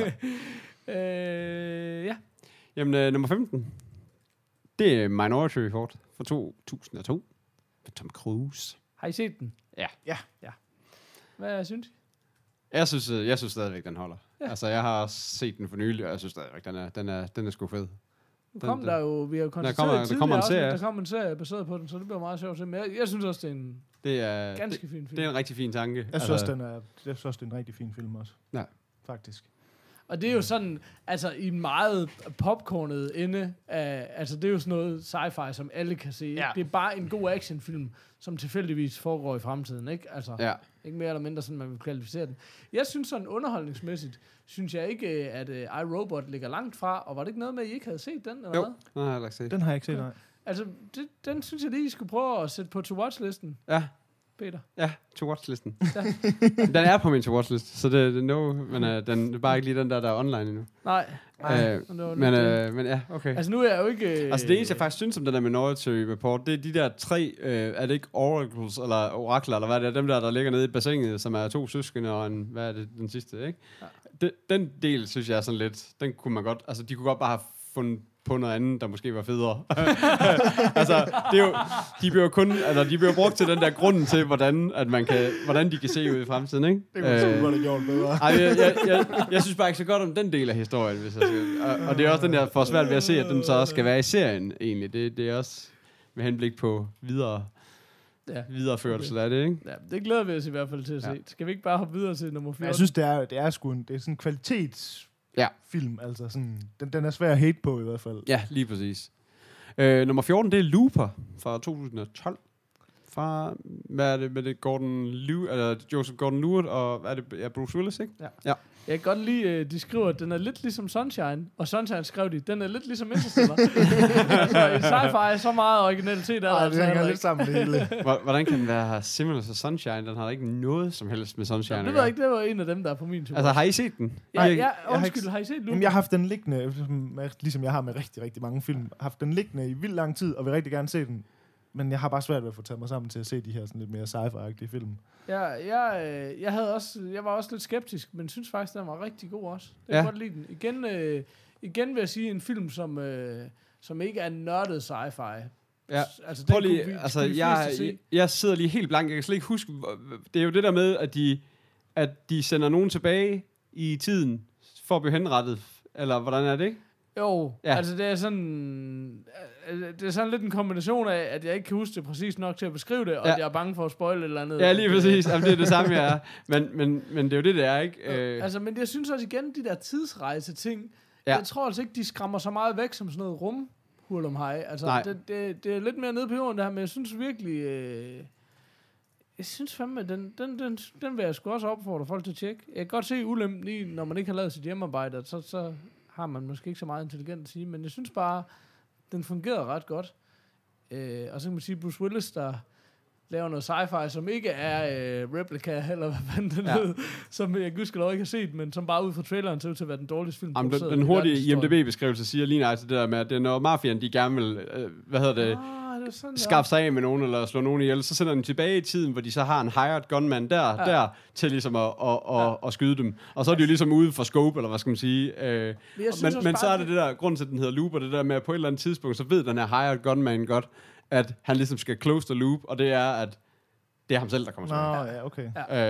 D: Ja.
B: Jamen, nummer 15. Det er Minority Report fra 2002. Med Tom Cruise.
D: Har I set den?
B: Ja.
D: Hvad synes I?
B: Jeg synes stadigvæk, den holder. Ja. Altså, jeg har også set den for nylig, og jeg synes stadigvæk, den er sgu fed.
D: Vi har jo konstateret
B: der
D: kommer en serie baseret på den, så det bliver meget sjovt. Men jeg synes også, det er en ganske fin film.
B: Det er en rigtig fin tanke.
C: Jeg synes også, det er en rigtig fin film også.
B: Ja.
C: Faktisk.
D: Og det er jo sådan, altså i en meget popcornet ende af, altså det er jo sådan noget sci-fi, som alle kan se. Ja. Det er bare en god actionfilm, som tilfældigvis foregår i fremtiden, ikke? Altså, ikke mere eller mindre sådan, man vil kvalificere den. Jeg synes sådan underholdningsmæssigt, synes jeg ikke, at iRobot ligger langt fra, og var det ikke noget med, at I ikke havde set den, eller hvad?
C: Den har jeg ikke set, nej.
D: Altså, den synes jeg lige, I skulle prøve at sætte på to-watch-listen.
B: Ja.
D: Peter.
B: Ja, to-watch-listen. Ja. Den er på min to-watch-liste, så det er no, men den er bare ikke lige den der er online endnu.
D: Nej.
B: Men ja, okay.
D: Altså nu er jeg jo ikke...
B: altså det eneste, jeg faktisk synes om den der Minority Report, det er de der 3, er det ikke oracles, eller orakler, eller hvad det er, dem der ligger nede i bassinet, som er 2 søskende og hvad er det, den sidste, ikke? Ja. Den del, synes jeg er sådan lidt, den kunne man godt, altså de kunne godt bare have fundet på noget andet, der måske var federe. Altså, det er jo, de bliver brugt til den der grunden til, hvordan de kan se ud i fremtiden, ikke?
C: Det kunne sgu godt have gjort bedre.
B: Jeg synes bare ikke så godt om den del af historien, hvis jeg skal. Og det er også den, jeg får svært ved at se, at den så også skal være i serien, egentlig. Det er også med henblik på videreførelse af det, ikke?
D: Ja, det glæder vi os i hvert fald til at se. Skal vi ikke bare hoppe videre til nummer 4?
C: Jeg synes, det er sådan en kvalitetsfilm, altså sådan, den er svær at hate på i hvert fald.
B: Ja, lige præcis. Nummer 14, det er Looper fra 2012. Fra, hvad er det med det, Joseph Gordon-Levitt og hvad er det, Bruce Willis, ikke? Ja.
D: Jeg kan godt lide, de skriver, at den er lidt ligesom Sunshine, og Sunshine skrev den er lidt ligesom Interstellar. Altså, i sci-fi er så meget originalitet der.
C: Det hænger lidt sammen det hele.
B: Hvordan kan den være similar til Sunshine? Den har ikke noget som helst med Sunshine.
D: Det ved jeg ikke, det var en af dem, der er på min tur.
B: Altså, har I set den?
D: Har I set Looper?
C: Jeg har haft den liggende, ligesom jeg har med rigtig, rigtig mange film, haft den liggende i vildt lang tid, og vil rigtig gerne se den. Men jeg har bare svært ved at få taget mig sammen til at se de her sådan lidt mere sci-fi-agtige film. Jeg var også lidt skeptisk, men synes faktisk, den var rigtig god også. Jeg kan godt lide den.
D: Igen vil jeg sige en film, som ikke er nørdet sci-fi.
B: Ja. Altså, jeg sidder lige helt blank. Jeg kan slet ikke huske. Det er jo det der med, at de sender nogen tilbage i tiden for at blive henrettet Eller hvordan er det, ikke?
D: Jo,
B: Ja.
D: altså det er sådan lidt en kombination af, at jeg ikke kan huske det præcis nok til at beskrive det, og at jeg er bange for at spoile et eller andet.
B: Ja, lige præcis. Jamen, det er det samme, jeg er. Men det er jo det er, ikke?
D: Altså, men jeg synes også igen, de der tidsrejse-ting,
B: Ja.
D: jeg tror altså ikke, de skræmmer så meget væk som sådan noget hurlumhej. Altså, det er lidt mere nede på jorden, det her, men jeg synes virkelig... jeg synes fandme, den vil jeg sgu også opfordre folk til at tjekke. Jeg kan godt se ulempen i, når man ikke har lavet sit hjemmearbejde, at så har man måske ikke så meget intelligent at sige, men jeg synes bare, den fungerede ret godt. Og så kan man sige, Bruce Willis, der laver noget sci-fi, som ikke er Replica, eller hvad fanden den hed, som jeg gudskelov ikke har set, men som bare ud fra traileren ser ud til at være den dårligste film.
B: Jamen, den hurtige IMDb-beskrivelse siger lige nøjagtigt det der med, at det er når mafiaen, de gerne vil, skaffe sig af med nogen, eller slå nogen ihjel, så sender de tilbage i tiden, hvor de så har en hired gunman der til ligesom at skyde dem. Og så er de jo ligesom ude for scope, eller hvad skal man sige. Men så er det der, grunden til, at den hedder Loop, og det der med, at på et eller andet tidspunkt, så ved den her hired gunman godt, at han ligesom skal close the loop, og det er, at det er ham selv, der kommer tilbage.
C: Ja, okay.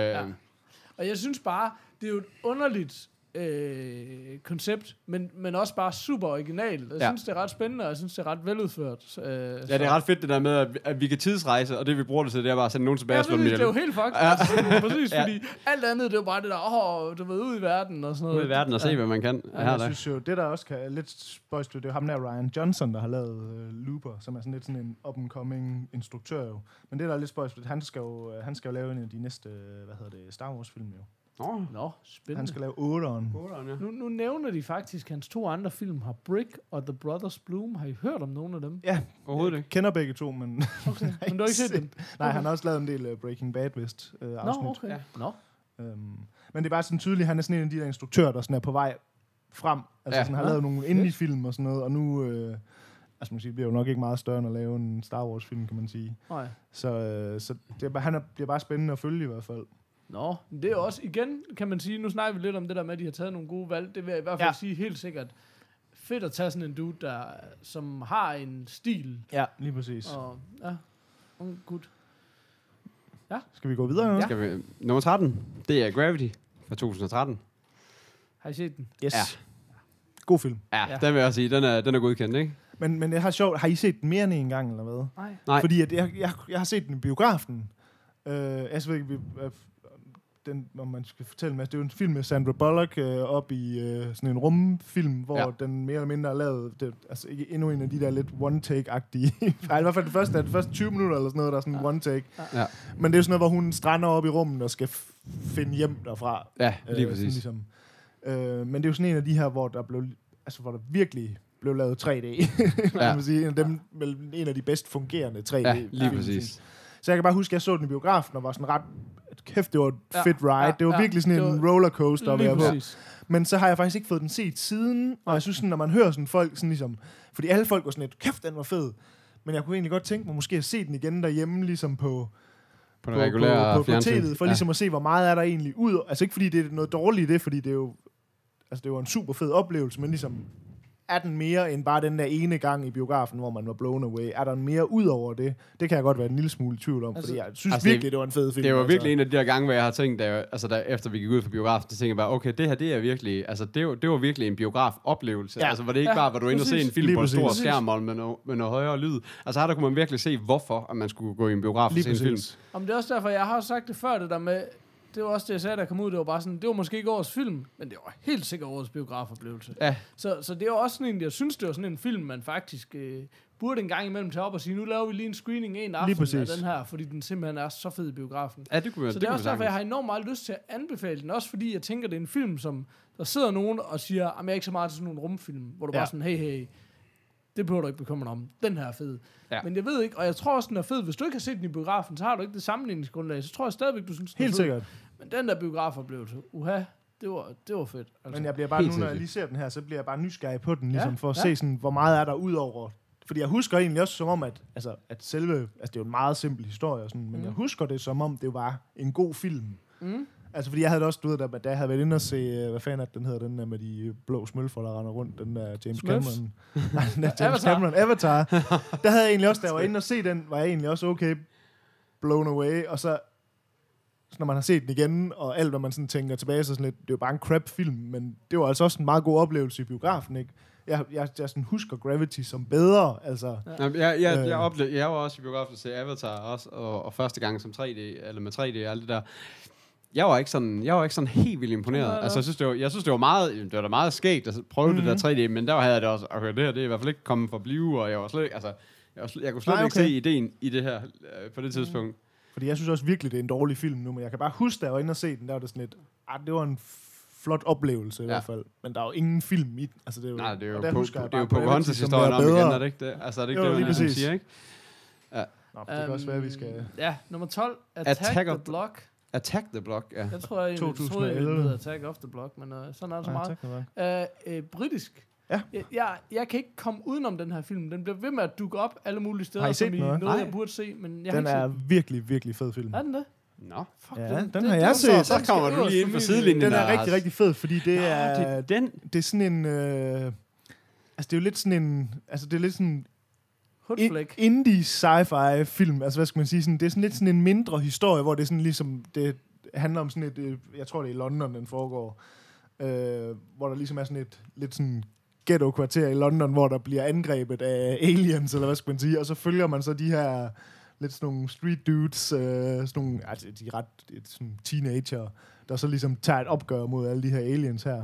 D: Og jeg synes bare, det er jo et underligt koncept, men også bare super originalt. Jeg synes, det er ret spændende, og jeg synes, det er ret veludført.
B: Ja, det er ret fedt det der med, at vi kan tidsrejse, og det vi bruger det til, det er bare at sende nogen tilbage og slå dem ihjel.
D: Det er jo helt fucked. Præcis, fordi alt andet, det er jo bare det der, du ved, ud i verden og sådan noget.
B: Ud i verden og se, hvad man kan.
C: Jeg synes jo, det der også kan lidt spøjst, det er jo ham der Ryan Johnson, der har lavet Looper, som er sådan lidt sådan en up-and-coming instruktør jo. Men det der er lidt spøjst, han skal jo lave en af de næste, Star Wars film jo.
D: Nå, spændende.
C: Han skal lave 8'eren.
D: Nu nævner de faktisk hans 2 andre film, har Brick og The Brothers Bloom. Har I hørt om nogen af dem?
C: Ja,
B: overhovedet ikke.
C: Kender begge to, men...
D: Okay. Men du har ikke set dem?
C: Nej, han har også lavet en del Breaking Bad, vist, afsnit.
D: Nå, okay. Ja.
C: Men det er bare sådan tydeligt, han er sådan en af de der instruktører, der sådan er på vej frem. Altså sådan har lavet nogle indie-film og sådan noget, og nu... altså man siger, det bliver jo nok ikke meget større end at lave en Star Wars-film, kan man sige. Nej. Så det er bare, bliver bare spændende at følge i hvert fald.
D: Nå, det er også, igen, kan man sige, nu snakker vi lidt om det der med, at de har taget nogle gode valg. Det vil jeg i hvert fald sige helt sikkert. Fedt at tage sådan en dude, som har en stil.
C: Ja, lige præcis.
D: Og, godt.
C: Ja. Skal vi gå videre nu?
B: Ja. Nummer 13, det er Gravity fra 2013.
D: Har I set den?
C: Yes. Ja. God film.
B: Ja, den vil jeg også sige. Den er godkendt, ikke?
C: Men det har sjovt. Har I set den mere end en gang, eller hvad?
D: Nej.
C: Fordi at jeg har set den i biografen. Jeg ved ikke, om man skal fortælle mig, det er jo en film med Sandra Bullock op i sådan en rumfilm, hvor den mere eller mindre er lavet, altså ikke endnu en af de der lidt one-take-agtige. Nej, i hvert fald de første 20 minutter eller sådan noget, der er sådan en one-take. Ja. Men det er jo sådan noget, hvor hun strander op i rummet og skal finde hjem derfra.
B: Ja, lige præcis.
C: Ligesom. Men det er jo sådan en af de her, hvor der virkelig blev lavet 3D. Man sige. En af de bedst fungerende 3D.
B: Ja, lige præcis.
C: Så jeg kan bare huske, at jeg så den i biografen og var sådan ret... Kæft, det var et fedt ride. Det var virkelig sådan en rollercoaster at være på. Men så har jeg faktisk ikke fået den set siden, og jeg synes sådan, når man hører sådan folk sådan ligesom... Fordi alle folk var sådan lidt, kæft, den var fed. Men jeg kunne egentlig godt tænke mig måske at se den igen derhjemme, ligesom på
B: regulære
C: TV'et, for ligesom at se, hvor meget er der egentlig ud. Altså ikke fordi det er noget dårligt i det, fordi det er jo... Altså det var en super fed oplevelse, men ligesom... Er den mere end bare den der ene gang i biografen, hvor man var blown away? Er der mere ud over det? Det kan jeg godt være en lille smule i tvivl om, fordi jeg synes virkelig, det var en fed film.
B: Det var virkelig en af de der gange, hvor jeg har tænkt, efter vi gik ud fra biografen, så tænkte jeg bare, okay, det her, det er virkelig, altså det var virkelig en biografoplevelse. Ja. Altså var det ikke bare, hvor du ind og se en film på en stor skærm med noget højere lyd. Altså her der kunne man virkelig se, hvorfor at man skulle gå i en biograf og se en film.
D: Om det er også derfor, jeg har sagt det før, det der med, det var også det, jeg sagde, der kom ud. Det var bare sådan, det var måske ikke årets film, men det var helt sikkert årets biografoplevelse. Ja. Så det var også sådan en, jeg synes, det var sådan en film, man faktisk burde en gang imellem tage op og sige, nu laver vi lige en screening en aften af den her, fordi den simpelthen er så fed i biografen.
B: Ja, det kunne
D: så det er også derfor, jeg har enormt meget lyst til at anbefale den, også fordi jeg tænker, det er en film, som der sidder nogen og siger, jeg er ikke så meget til sådan nogle rumfilm, hvor du bare sådan, hey, det behøver du ikke bekymre om. Den her er fed. Ja. Men jeg ved ikke, og jeg tror også, den er fed. Hvis du ikke har set den i biografen, så har du ikke det sammenligningsgrundlag. Så tror jeg stadigvæk, du synes, den er fed.
C: Helt sikkert.
D: Men den der biografoplevelse, det var fedt. Altså.
C: Men jeg bliver bare nu, når jeg lige ser den her, så bliver jeg bare nysgerrig på den, ligesom, for at se sådan, hvor meget er der ud over. Fordi jeg husker egentlig også som om, at selve, altså det er jo en meget simpel historie, og sådan, men jeg husker det som om, det var en god film. Mm. Altså fordi jeg havde også, da jeg havde været inde og se, hvad fanden den hedder, den der med de blå smølfer, der render rundt, den der James Cameron. Nej, den der James Cameron, Avatar. Der havde jeg egentlig også, da jeg var inde og se den, var jeg egentlig også okay blown away, og så så når man har set den igen, og alt, hvad man sådan tænker tilbage, så sådan lidt, det er jo bare en crap-film, men det var altså også en meget god oplevelse i biografen, ikke? Jeg sådan husker Gravity som bedre, altså.
B: Ja. Jeg var også i biografen til Avatar også, og første gang som 3D, eller med 3D og alt det der. Jeg var ikke sådan helt vildt imponeret. Altså, jeg synes, det var meget skægt at prøve det der 3D, men der havde jeg det også, okay, det her, det er i hvert fald ikke kommet for at blive, og jeg var slet ikke, altså, jeg kunne slet ikke se ideen i det her på det tidspunkt.
C: Fordi jeg synes også virkelig, det er en dårlig film nu, men jeg kan bare huske, da jeg var inde og se den, der var det sådan lidt, det var en flot oplevelse i hvert fald. Men der er jo ingen film i den. Altså, det er jo,
B: nej, det er jo,
C: det
B: er jo Pocahontas historien om igen, er det ikke det? Altså, er det ikke
C: jo,
B: det, man siger, ikke?
C: Ja. Nå, det kan også være, vi skal...
D: Ja, nummer 12, Attack the Block.
B: Attack the Block, ja.
D: Jeg tror, jeg troede, det hed Attack of the Block, men sådan er det så meget. Britisk.
C: Ja.
D: Jeg kan ikke komme udenom den her film. Den bliver ved med at dukke op alle mulige steder,
C: har I set
D: som I noget, jeg burde se, men jeg
C: den
D: har ikke
C: er virkelig, virkelig fed film.
D: Er den det?
B: Nå.
D: Fuck,
C: ja, den har jeg set.
B: Så kommer du lige ind på sidelinjen.
C: Den er rigtig, rigtig fed, fordi det er...
B: Det
C: er sådan en... altså, det er jo lidt sådan en... Altså, det er lidt sådan... indie sci-fi film. Altså, hvad skal man sige? Sådan, det er sådan lidt sådan en mindre historie, hvor det er sådan ligesom... Det handler om sådan et... Jeg tror, det er i London, den foregår. Hvor der ligesom er sådan et... Lidt sådan ghetto-kvarter i London, hvor der bliver angrebet af aliens, eller hvad skal man sige. Og så følger man så de her... lidt sådan nogle street dudes, sådan nogle, altså de er ret sådan teenager, der så ligesom tager et opgør mod alle de her aliens her.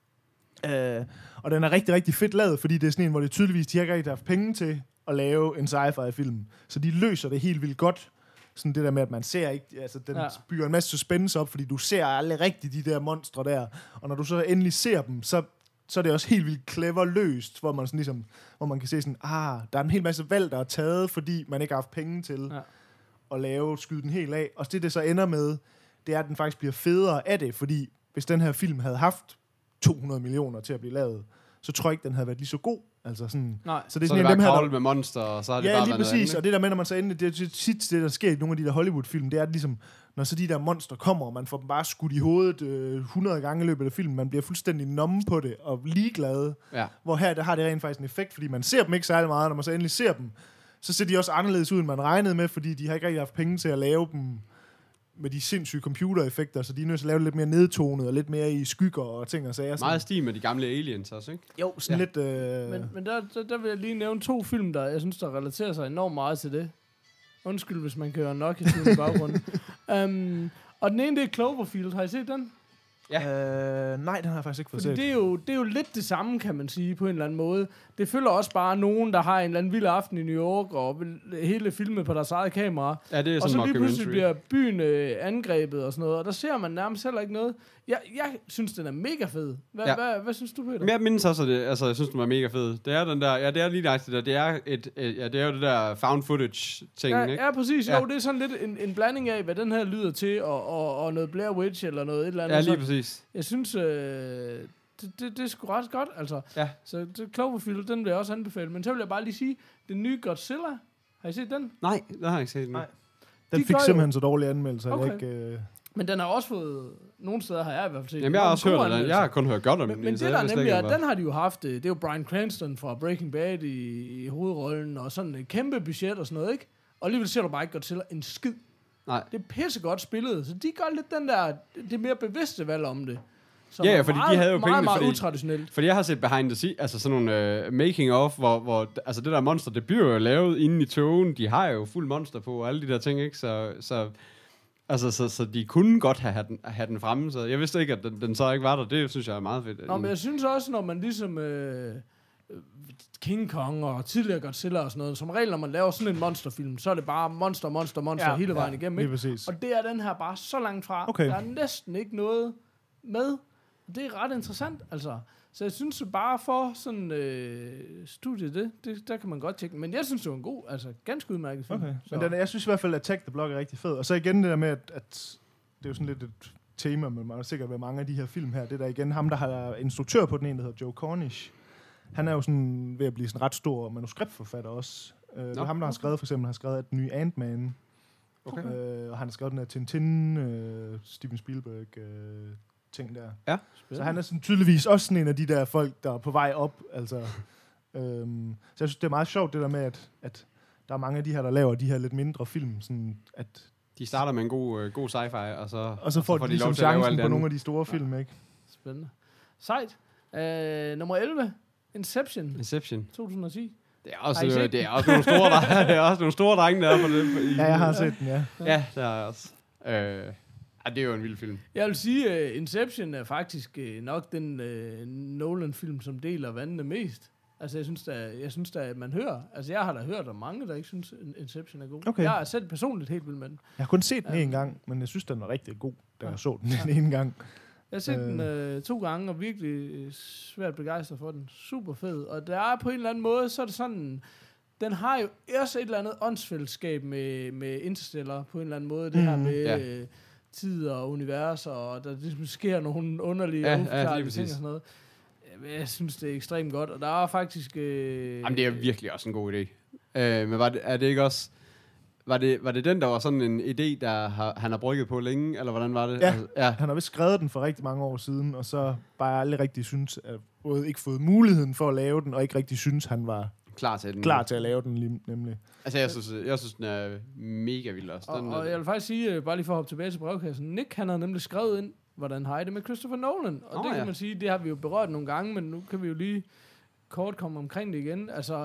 C: Og den er rigtig, rigtig fedt lavet, fordi det er sådan en, hvor det tydeligvis, de har ikke rigtig haft penge til at lave en sci-fi-film. Så de løser det helt vildt godt. Sådan det der med, at man ser ikke, altså den bygger en masse suspense op, fordi du ser aldrig rigtigt de der monstre der. Og når du så endelig ser dem, så er det også helt vildt clever løst, hvor man sådan ligesom, hvor man kan se sådan, der er en hel masse valg, der er taget, fordi man ikke har haft penge til at skyde den helt af. Og det så ender med, det er, at den faktisk bliver federe af det, fordi hvis den her film havde haft 200 millioner til at blive lavet, så tror jeg ikke, den havde været lige så god. Altså sådan,
D: nej.
B: Så det er sådan en dem her med monster, og så har det bare
C: lige præcis.
B: andet,
C: og det der med, når man så endelig, det er tit det, der sker i nogle af de der Hollywood-film, det er ligesom, når så de der monster kommer, og man får dem bare skudt i hovedet 100 gange i løbet af filmen, man bliver fuldstændig nummen på det, og ligeglad. Ja. Hvor her, der har det rent faktisk en effekt, fordi man ser dem ikke særlig meget, når man så endelig ser dem, så ser de også anderledes ud, end man regnede med, fordi de har ikke rigtig haft penge til at lave dem med de sindssyge computereffekter, så de er nødt til at lave det lidt mere nedtonet, og lidt mere i skygger og ting og sager.
B: Meget stil med de gamle aliens også, ikke?
C: Jo, sådan lidt...
D: Men der vil jeg lige nævne 2 film, der jeg synes, der relaterer sig enormt meget til det. Undskyld, hvis man kører nok i i baggrunden. Og den ene, det er Cloverfield. Har I set den?
C: Ja. Nej, den har jeg faktisk ikke fået set.
D: Det er jo lidt det samme, kan man sige, på en eller anden måde. Det følger også bare nogen, der har en eller anden vild aften i New York, og hele filmet på deres eget kamera.
B: Ja, det er
D: og så lige pludselig bliver byen angrebet og sådan noget, og der ser man nærmest heller ikke noget. Jeg synes, den er mega fed. Hvad synes du, Peter?
B: Jeg mindes også, at jeg synes, den var mega fed. Det er den der, det er lige nøjagtigt der. Det er jo det der found footage-ting, ikke?
D: Ja, præcis. Jo, det er sådan lidt en blanding af, hvad den her lyder til, og noget Blair Witch eller noget et eller andet.
B: Ja, lige præcis.
D: Jeg synes, det er sgu ret godt, altså.
B: Ja.
D: Så Cloverfield, den vil jeg også anbefale. Men så vil jeg bare lige sige, den nye Godzilla, har I set den?
B: Nej, den har jeg ikke set.
C: Nej. Den fik simpelthen så dårlige anmeldelser.
D: Okay.
C: Ikke,
D: Men den har også fået... Nogle steder har jeg i hvert fald set...
B: Jamen, jeg har også hørt den. Jeg har kun hørt godt om den.
D: Men det der nemlig er, den har de jo haft... Det er jo Bryan Cranston fra Breaking Bad i hovedrollen, og sådan et kæmpe budget og sådan noget, ikke? Og alligevel ser du bare ikke Godzilla en skid.
B: Nej.
D: Det er pissegodt spillet, så de gør lidt den der... Det mere bevidste valg om det.
B: Ja, fordi de havde jo penge,
D: meget utraditionelt.
B: Fordi jeg har set behind the scenes, altså sådan nogle making of, hvor altså det der monster, det bliver jo lavet inde i togen. De har jo fuld monster på og alle de der ting, ikke? Så de kunne godt have den fremme, så jeg vidste ikke, at den så ikke var der. Det synes jeg er meget fedt.
D: Nå, men jeg synes også, når man ligesom King Kong og tidligere Godzilla og sådan noget, som regel, når man laver sådan en monsterfilm, så er det bare monster hele vejen igennem, ikke? Og det er den her bare så langt fra.
C: Okay.
D: Der er næsten ikke noget med. Det er ret interessant, altså. Så jeg synes bare for sådan studiet, der kan man godt tjekke. Men jeg synes, det var en god, altså ganske udmærket film.
C: Okay. Men jeg synes i hvert fald, at Attack the Block er rigtig fed. Og så igen det der med, at det er jo sådan lidt et tema, men man er sikkert ved mange af de her film her. Det der igen, ham der har instruktør på den ene, der hedder Joe Cornish. Han er jo sådan ved at blive sådan ret stor manuskriptforfatter også. Det er ham, der har skrevet, for eksempel, har skrevet den nye Ant-Man. Okay. Og han har skrevet den her Tintin, Steven Spielberg ting der.
B: Ja.
C: Så han er sådan tydeligvis også sådan en af de der folk, der er på vej op. Altså, så jeg synes, det er meget sjovt det der med, at der er mange af de her, der laver de her lidt mindre film, sådan at
B: De starter med en god sci-fi, og
C: så får de ligesom chancen på nogle af de store film, ikke?
D: Spændende. Sejt. Nummer 11. Inception. 2010.
B: Det er også nogle store drenge, det er også nogle store drenge, der er på det.
C: Ja, jeg har set den, ja.
B: Ja, det har jeg også. Det er jo en vild film.
D: Jeg vil sige, Inception er faktisk nok den Nolan-film, som deler vandene mest. Altså, jeg synes da, at man hører. Altså, jeg har da hørt om mange, der ikke synes, Inception er god.
C: Okay.
D: Jeg er selv personligt helt vild med den.
C: Jeg har kun set den en gang, men jeg synes, den var rigtig god, da jeg så den en gang.
D: Jeg har set den 2 gange, og virkelig svært begejstret for den. Super fed. Og der er på en eller anden måde, så er det sådan... Den har jo også et eller andet åndsfællesskab med Interstellar, på en eller anden måde. Det her med tid og univers, og der ligesom sker nogle underlige uforklarlige ting og sådan noget. Jeg synes, det er ekstremt godt, og der er faktisk...
B: Jamen, det er virkelig også en god idé. Men er det ikke også... Var det den, der var sådan en idé, der han har brygget på længe, eller hvordan var det?
C: Ja, altså, han har vist skrevet den for rigtig mange år siden, og så bare aldrig rigtig synes, at både ikke fået muligheden for at lave den, og ikke rigtig synes, han var klar til at lave den, nemlig.
B: Altså, jeg synes den er mega vild også.
D: Og jeg vil faktisk sige, bare lige for at hoppe tilbage til brevkassen, Nick, han havde nemlig skrevet ind, hvordan har I det med Christopher Nolan? Og det kan man sige, det har vi jo berørt nogle gange, men nu kan vi jo lige kort komme omkring det igen. Altså,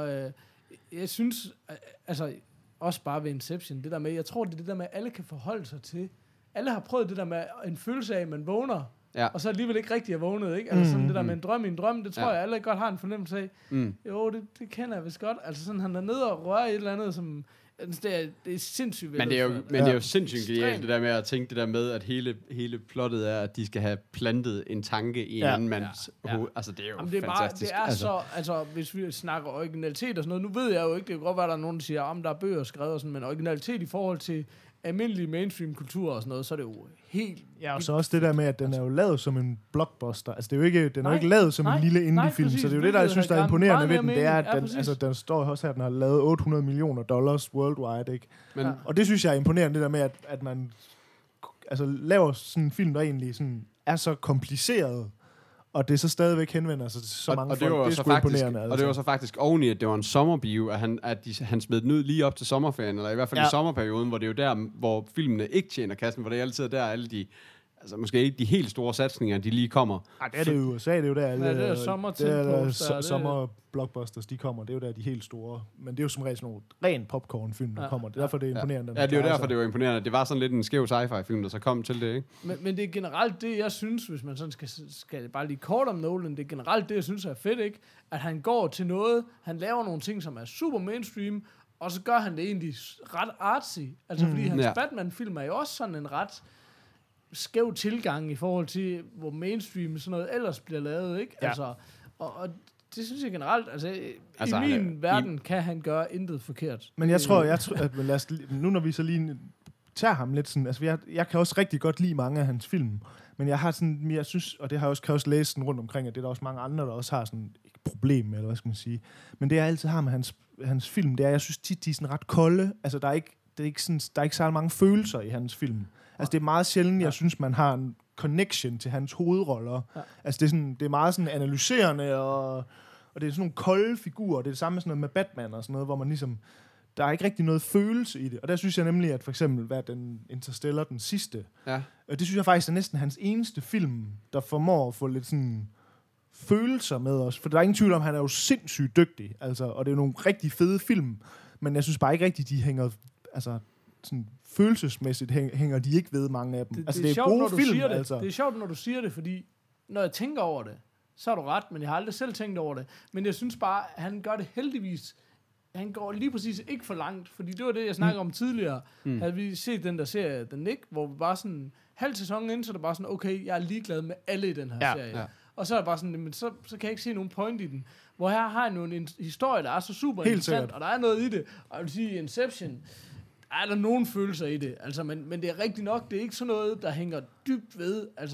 D: jeg synes, altså... Også bare ved Inception, det der med, jeg tror, det er det der med, at alle kan forholde sig til. Alle har prøvet det der med en følelse af, at man vågner, og så alligevel ikke rigtig er vågnet, ikke? Altså sådan det der med en drøm i en drøm, det tror jeg, alle godt har en fornemmelse af. Jo, det kender jeg vist godt. Altså sådan, han er nede og rører et eller andet, som... Det er sindssygt
B: men det er jo sindssygt genialt, det der med at tænke det der med, at hele plottet er, at de skal have plantet en tanke i en anden mands hoved. Altså, det er jo fantastisk.
D: Altså, hvis vi snakker originalitet og sådan noget, nu ved jeg jo ikke, det kan godt være, der er nogen, der siger, der er bøger skrevet og sådan, men originalitet i forhold til almindelig mainstream-kultur og sådan noget, så er det jo helt...
C: Ja, og så også det der med, at den er jo lavet som en blockbuster. Altså, det er jo ikke, den er jo ikke lavet som en lille indie-film, så det er jo det, der jeg synes, der er imponerende ved den. Det er, at den står også her, den har lavet $800 million worldwide, ikke? Og det synes jeg er imponerende, det der med, at man laver sådan en film, der egentlig sådan er så kompliceret, og det så stadigvæk henvender sig til så mange folk. Det er sgu imponerende. Altså.
B: Og det var så faktisk oveni, at det var en sommerbio, at han smed den ud lige op til sommerferien, eller i hvert fald i sommerperioden, hvor det er jo der, hvor filmene ikke tjener kassen, hvor det er altid der, alle de... Altså måske ikke de helt store satsninger, de lige kommer.
C: Ej, det er det jo USA, det er jo der alle...
D: Ja, det er
C: sommerblockbusters, de kommer. Det er jo der, de helt store. Men det er jo som regel sådan nogle ren popcorn-film, der kommer. Det er derfor, det er imponerende.
B: Ja, det er jo derfor, det var imponerende. Det var sådan lidt en skæv sci-fi-film, der så kom til det, ikke?
D: Men det er generelt det, jeg synes, hvis man sådan skal bare lige kort om Nolan, det er generelt det, jeg synes er fedt, ikke? At han går til noget, han laver nogle ting, som er super mainstream, og så gør han det egentlig ret artsy. Altså, fordi hans Batman-film er jo også sådan en ret... skæv tilgang i forhold til, hvor mainstream sådan noget ellers bliver lavet, ikke? Ja. Altså, og det synes jeg generelt, i min verden kan han gøre intet forkert.
C: Men jeg tror at nu når vi så lige tager ham lidt sådan, altså jeg kan også rigtig godt lide mange af hans film, men jeg har sådan, jeg synes, og det har jeg også, kan også læse sådan rundt omkring, at det er der også mange andre, der også har sådan et problem med, eller hvad skal man sige. Men det jeg altid har med hans film, det er, jeg synes tit, de er sådan ret kolde, altså der er ikke så mange følelser i hans film. Altså, det er meget sjældent, jeg synes, man har en connection til hans hovedroller. Ja. Altså, det er meget sådan analyserende, og det er sådan nogle kolde figurer. Det er det samme med sådan noget med Batman og sådan noget, hvor man ligesom... Der er ikke rigtig noget følelse i det. Og der synes jeg nemlig, at for eksempel, hvad den Interstellar, den sidste, og det synes jeg faktisk er næsten hans eneste film, der formår at få lidt sådan følelser med os. For der er ingen tvivl om, han er jo sindssygt dygtig. Altså, og det er jo nogle rigtig fede film, men jeg synes bare ikke rigtigt, de hænger... Altså, sådan følelsesmæssigt hænger de ikke ved, mange af dem. Det er sjovt, gode film, altså.
D: Det er sjovt, når du siger det, fordi når jeg tænker over det, så har du ret, men jeg har aldrig selv tænkt over det. Men jeg synes bare, at han gør det heldigvis. Han går lige præcis ikke for langt, fordi det var det, jeg snakkede om tidligere. Havde vi set den der serie, The Nick, hvor vi bare sådan halv sæson ind, så er det bare sådan, okay, jeg er ligeglad med alle i den her serie. Ja. Og så er det bare sådan, men så kan jeg ikke se nogen point i den. Hvor her har jeg nu en historie, der er så super interessant, og der er noget i det. Og jeg vil sige, Inception... er der nogen følelser i det, altså, men det er rigtigt nok, det er ikke sådan noget, der hænger dybt ved, altså,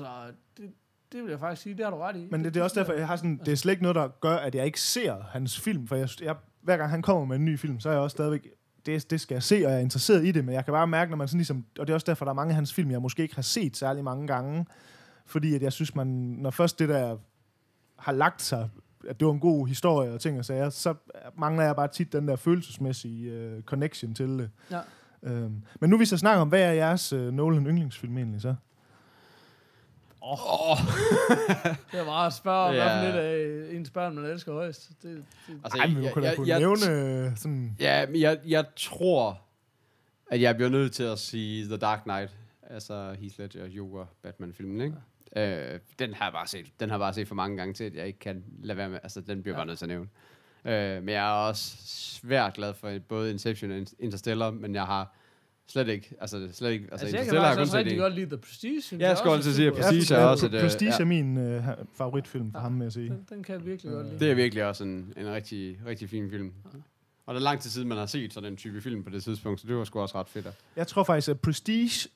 D: det vil jeg faktisk sige, det har du ret i.
C: Men det er også derfor, jeg har sådan, det er slet ikke noget, der gør, at jeg ikke ser hans film, for jeg hver gang han kommer med en ny film, så er jeg også stadigvæk, det skal jeg se, og jeg er interesseret i det, men jeg kan bare mærke, når man sådan ligesom, og det er også derfor, der er mange af hans film, jeg måske ikke har set særlig mange gange, fordi at jeg synes, når først det der har lagt sig, at det var en god historie og ting og sager, så mangler jeg bare tit den der følelsesmæssige connection til det. Ja. Men nu vi så snakker om, hvad er jeres Nolan yndlingsfilm egentlig så?
D: Det er bare at spørge, hvad for lidt af ens børn, man elsker højst.
B: Altså,
C: Ej, men du kan da kunne nævne sådan...
B: Ja, jeg tror, at jeg bliver nødt til at sige The Dark Knight. Altså Heath Ledger, Joker, Batman-filmen, ikke? Den har jeg bare set for mange gange til, at jeg ikke kan lade være med. Altså, den bliver bare nødt til at nævne. Men jeg er også svært glad for både Inception og Interstellar, men jeg har slet ikke. Altså
D: Interstellar har kun set rigtig godt lide The Prestige.
B: Jeg skal også sige, at Prestige er også...
C: Prestige er min favoritfilm for ham, med at sige.
D: Den kan jeg virkelig godt lide.
B: Det er virkelig også en rigtig, rigtig fin film. Og det er lang tid siden, man har set sådan en type film på det tidspunkt, så det var sgu også ret fedt.
C: Jeg tror faktisk, at Prestige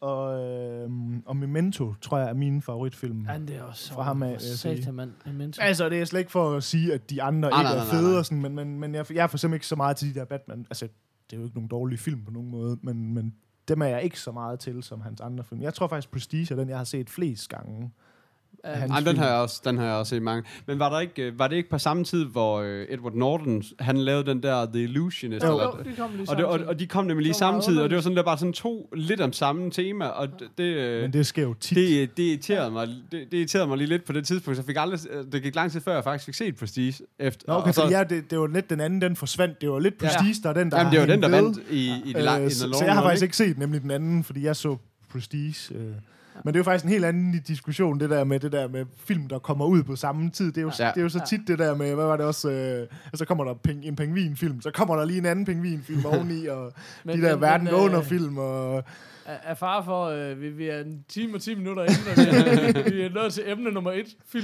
C: og Memento, tror jeg, er mine favoritfilm.
D: Ja, det er også
C: fra ham af,
D: Memento.
C: Altså, det er slet ikke for at sige, at de andre ikke er fede, og sådan, men jeg er for simpelthen ikke så meget til de der Batman. Altså, det er jo ikke nogen dårlige film på nogen måde, men dem er jeg ikke så meget til som hans andre film. Jeg tror faktisk, Prestige er den, jeg har set flest gange.
B: Den har jeg også set mange. Men var det ikke på samme tid, hvor Edward Norton, han lavede den der The Illusionist?
D: Jo, de kom lige samtidig.
B: Og de kom nemlig lige samtidig, og det var sådan der bare sådan to lidt om samme tema, og
C: men det sker jo tit.
B: Det irriterede mig lige lidt på det tidspunkt, så det gik lang tid før, jeg faktisk fik set Prestige efter.
C: Nå, okay, så det var lidt den anden, den forsvandt. Det var lidt Prestige, der den, der
B: jamen, det var den, der vandt i det lange.
C: Så jeg har faktisk ikke set nemlig den anden, fordi jeg så Prestige. Men det er jo faktisk en helt anden diskussion, det der med film, der kommer ud på samme tid. Det er jo så tit det der med, hvad var det også, så kommer der en pingvinfilm, så kommer der lige en anden pingvinfilm oveni, og de der verden under film, og...
D: Er far for, vi er en time og 10 minutter inden, vi er nået til emne nummer 1, film.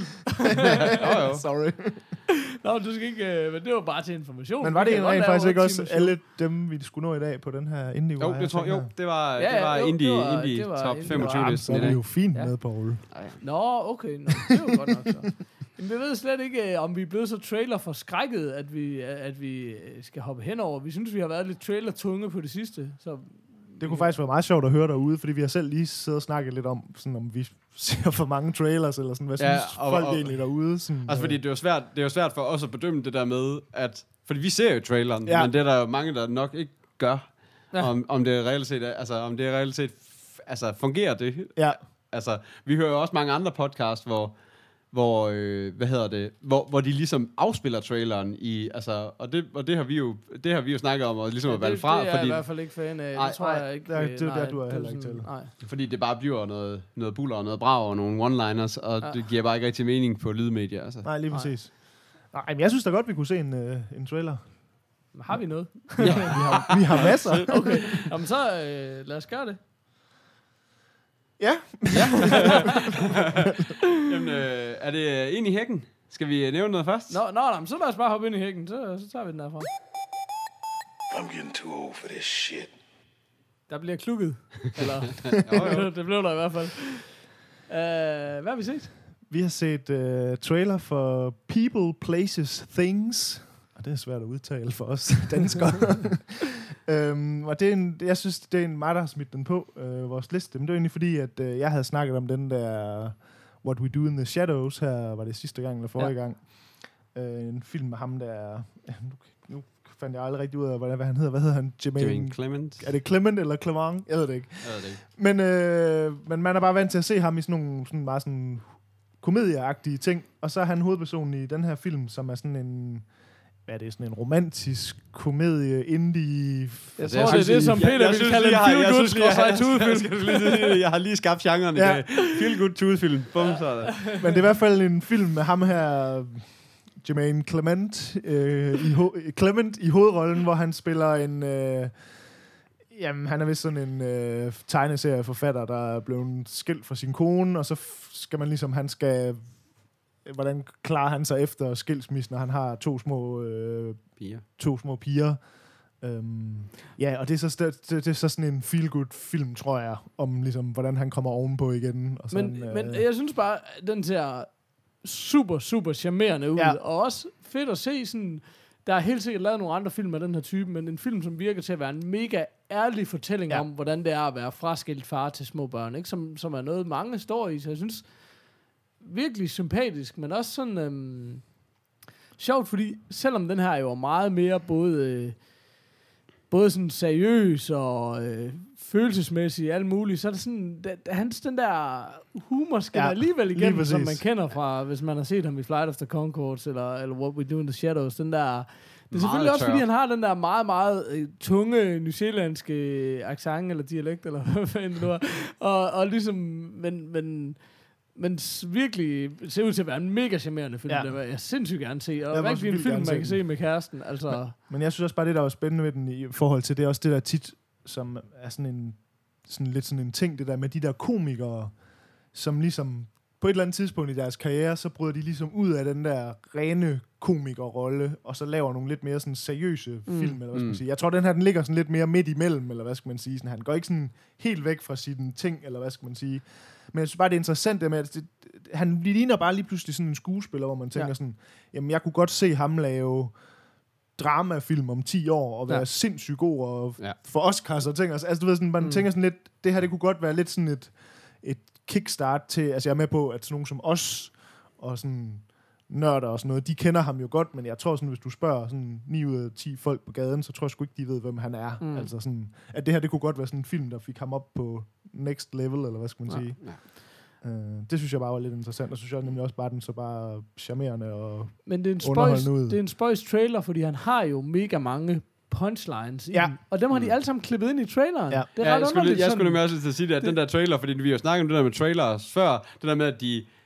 C: Sorry.
D: Nå, du skal ikke, men det var bare til information.
C: Men var det rent faktisk ikke også alle dem, vi skulle nå i dag på den her indie?
B: Det var indie top 25 listen.
C: Så er det jo fint med, Paul.
D: Nå, okay. Det er jo godt nok så. Men vi ved slet ikke, om vi er blevet så trailer forskrækket, at vi skal hoppe henover. Vi synes, vi har været lidt trailer-tunge på det sidste, så...
C: Det kunne faktisk være meget sjovt at høre derude, fordi vi har selv lige siddet og snakket lidt om, sådan, om vi ser for mange trailers, eller sådan, hvad synes folk egentlig derude? Sådan,
B: altså, fordi det er jo svært for os at bedømme det der med, at... Fordi vi ser jo traileren, men det er der jo mange, der nok ikke gør, om det reelt set, altså, fungerer det. Ja. Altså, vi hører jo også mange andre podcasts, hvor de ligesom afspiller traileren i, altså, og det har vi jo snakket om, og ligesom at valge fra.
D: Det er jeg i hvert fald ikke fan af. Det tror jeg ikke.
C: Det er du er heller ikke til.
B: Nej. Fordi det bare bliver noget buller og noget brag og nogle one-liners, og det giver bare ikke rigtig mening på lydmedier. Altså.
C: Nej, lige præcis. Nej, men jeg synes da godt, vi kunne se en trailer.
D: Har vi noget?
C: Ja, vi har masser.
D: Okay, jamen så lad os gøre det.
C: Ja.
B: Jamen, er det ind i hækken? Skal vi nævne noget først?
D: Nå, så lad os bare hoppe ind i hækken, så tager vi den derfra.
E: I'm getting too old for this shit.
D: Der bliver klukket. Eller, det blev der i hvert fald. Hvad har vi set?
C: Vi har set trailer for People, Places, Things. Og det er svært at udtale for os danskere. Og jeg synes, det er mig, der har smidt den på vores liste. Men det er egentlig fordi, at jeg havde snakket om den der What We Do in the Shadows her, var det sidste gang eller forrige gang. En film med ham, der... Nu fandt jeg aldrig rigtig ud af, hvad han hedder. Hvad hedder han?
B: Jermaine Clement.
C: Er det Clement eller Clement? Jeg ved det ikke. Men man er bare vant til at se ham i sådan nogle sådan meget sådan komedieagtige ting. Og så er han hovedpersonen i den her film, som er sådan en... Hvad er det? Sådan en romantisk komedie, indie...
D: Jeg tror, det er det, som Peter vil kalde en feel-good-tudefilm.
B: Jeg har lige skabt genren i dag. Feel-good-tudefilm. Men
C: det er i hvert fald en film med ham her, Jermaine Clement, i hovedrollen, hvor han spiller en... Jamen, han er vist sådan en tegneserieforfatter, der er blevet skilt fra sin kone, og så skal man ligesom... Hvordan klarer han sig efter skilsmissen, når han har to små piger. Ja, og det er så sådan en feel-good-film, tror jeg, om ligesom, hvordan han kommer ovenpå igen. Og sådan,
D: men jeg synes bare, den ser super, super charmerende ud, og også fedt at se sådan... Der er helt sikkert lavet nogle andre film af den her type, men en film, som virker til at være en mega ærlig fortælling om, hvordan det er at være fraskilt far til små børn, ikke? Som er noget, mange står i, så jeg synes... virkelig sympatisk, men også sådan sjovt, fordi selvom den her jo er meget mere både både sådan seriøs og følelsesmæssig, alt muligt, så er det sådan, hans den der humor skal alligevel igennem, som man kender fra, hvis man har set ham i Flight of the Conchords, eller What We Do in the Shadows, den der. Det er selvfølgelig også, fordi han har den der meget, meget tunge nyzeelandske accent, eller dialekt, eller hvad fanden det nu er. Og ligesom, men virkelig ser ud til at være en mega charmerende film. Det vil jeg sindssygt gerne se. Og rigtig en film, man kan se med kæresten. Altså. Men
C: jeg synes også bare, det der var spændende ved den i forhold til, det er også det der tit, som er sådan en ting, det der med de der komikere, som ligesom på et eller andet tidspunkt i deres karriere, så bryder de ligesom ud af den der rene komikerrolle, og så laver nogle lidt mere sådan seriøse film, eller hvad skal man sige. Jeg tror, den her, den ligger sådan lidt mere midt imellem, eller hvad skal man sige. Sådan, han går ikke sådan helt væk fra sine ting, eller hvad skal man sige. Men jeg synes bare, det er interessant det med, at han ligner bare lige pludselig sådan en skuespiller, hvor man tænker sådan, jamen jeg kunne godt se ham lave dramafilm om 10 år, og være sindssygt god, og for Oscars og ting. Altså du ved sådan, man tænker sådan lidt, det her, det kunne godt være lidt sådan et kickstart til, altså jeg er med på, at sådan nogen som os, og sådan nørder og sådan noget, de kender ham jo godt, men jeg tror sådan, hvis du spørger sådan 9 ud af 10 folk på gaden, så tror jeg sgu ikke, de ved, hvem han er. Altså sådan, at det her, det kunne godt være sådan en film, der fik ham op på next level, eller hvad skal man sige. Det synes jeg bare var lidt interessant, og synes jeg nemlig også bare, den så bare charmerende og
D: men det er en spøjs trailer, fordi han har jo mega mange punchlines i den. Og dem har de alle sammen klippet ind i traileren. Ja. Det er ret underligt.
B: Jeg skulle nemlig også til at sige det, at den der trailer, fordi vi har snakket om det der med trailers før, det der med,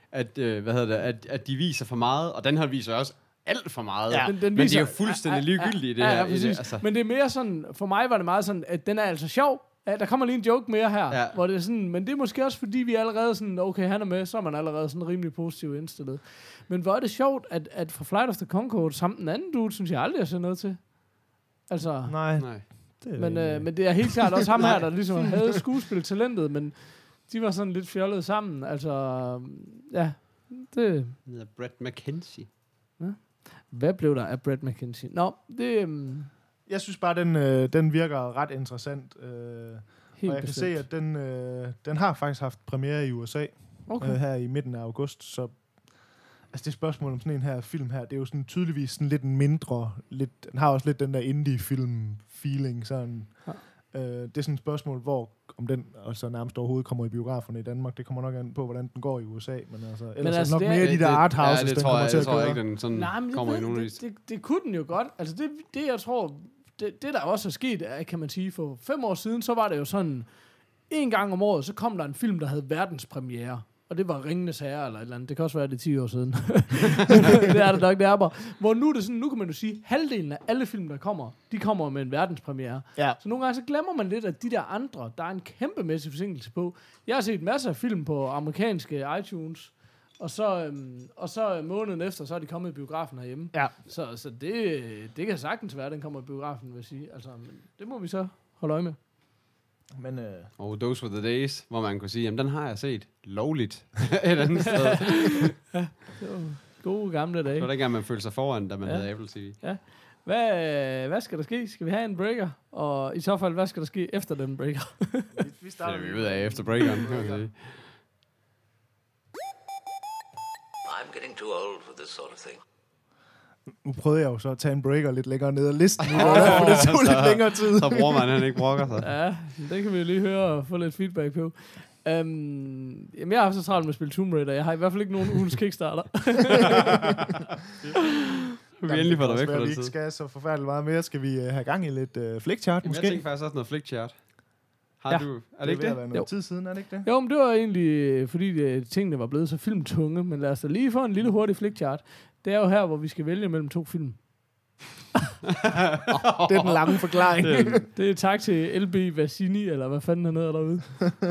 B: at de viser for meget, og den her viser også alt for meget. Ja. Den men det er jo fuldstændig ligegyldigt i det her.
D: Ja, altså. Men det er mere sådan, for mig var det meget sådan, at den er altså sjov. Ja, der kommer lige en joke mere her, hvor det er sådan, men det er måske også fordi, vi er allerede sådan, okay, han er med, så er man allerede sådan rimelig positivt indstillet. Men hvor er det sjovt, at for Flight of the Conchords, samt den anden dude, synes jeg aldrig, jeg ser noget til. Altså,
C: Nej.
D: Men det er helt klart også ham her, der ligesom havde skuespiltalentet, men de var sådan lidt fjollede sammen. Altså, ja. Det
B: hedder Brad McKenzie.
D: Ja. Hvad blev der af Brad McKenzie? Nå, det...
C: Jeg synes bare, den virker ret interessant. Og jeg kan se, at den har faktisk haft premiere i USA her i midten af august, så altså det spørgsmål om sådan en her film her, det er jo sådan tydeligvis sådan lidt en mindre, den har også lidt den der indie-film-feeling, sådan. Det er sådan et spørgsmål, om den altså nærmest overhovedet kommer i biograferne i Danmark. Det kommer nok an på, hvordan den går i USA, men altså, ellers er det nok mere de der arthouses,
B: den
C: kommer til at køre.
B: Jeg tror ikke, den sådan kommer i nogen af
D: det kunne den jo godt. Altså det jeg tror, det der også er sket, kan man sige, for 5 år siden, så var det jo sådan, en gang om året, så kom der en film, der havde verdenspremiere. Og det var Ringenes Herre eller et eller andet. Det kan også være, det 10 år siden. Det er det nok nærmere. Hvor nu er det sådan, nu kan man jo sige, halvdelen af alle film, der kommer, de kommer med en verdenspremiere. Ja. Så nogle gange så glemmer man lidt, at de der andre, der er en kæmpemæssig forsinkelse på. Jeg har set masser af film på amerikanske iTunes, og så måneden efter, så er de kommet i biografen herhjemme. Ja. Så det kan sagtens være, at den kommer i biografen, vil jeg sige. Altså, men det må vi så holde øje med.
C: Men,
B: those were the days, hvor man kunne sige, jamen den har jeg set lovligt et andet sted.
D: Ja, det var gode gamle dage.
B: Så der gerne man følte sig foran, da man havde Apple TV.
D: Ja. Hvad skal der ske? Skal vi have en breaker? Og i så fald, hvad skal der ske efter den breaker?
B: Vi starter det ud af efter breakeren.
A: I'm getting too old for this sort of thing.
C: Nu prøvede jeg jo så at tage en breaker lidt længere ned ad listen, for det tog lidt længere tid.
B: Så bruger man, han ikke brokker sig.
D: Ja, det kan vi jo lige høre og få lidt feedback på. Jamen, jeg har haft så travlt med at spille Tomb Raider. Jeg har i hvert fald ikke nogen ugens Kickstarter.
B: Vi endelig får dig væk fra den tid.
C: Vi ikke skal så forfærdeligt meget mere. Skal vi have gang i lidt flickchart måske?
B: Jeg tænker faktisk også noget flickchart. Har du? Er det ikke det?
C: Det er noget tid siden, er det ikke det?
D: Jo, men det var egentlig, fordi tingene var blevet så filmtunge. Men lad os da lige få en lille hurtig flickchart. Det er jo her, hvor vi skal vælge mellem 2 film.
C: Det er den lange forklaring.
D: Det er tak til LB Vassini, eller hvad fanden han hedder derude.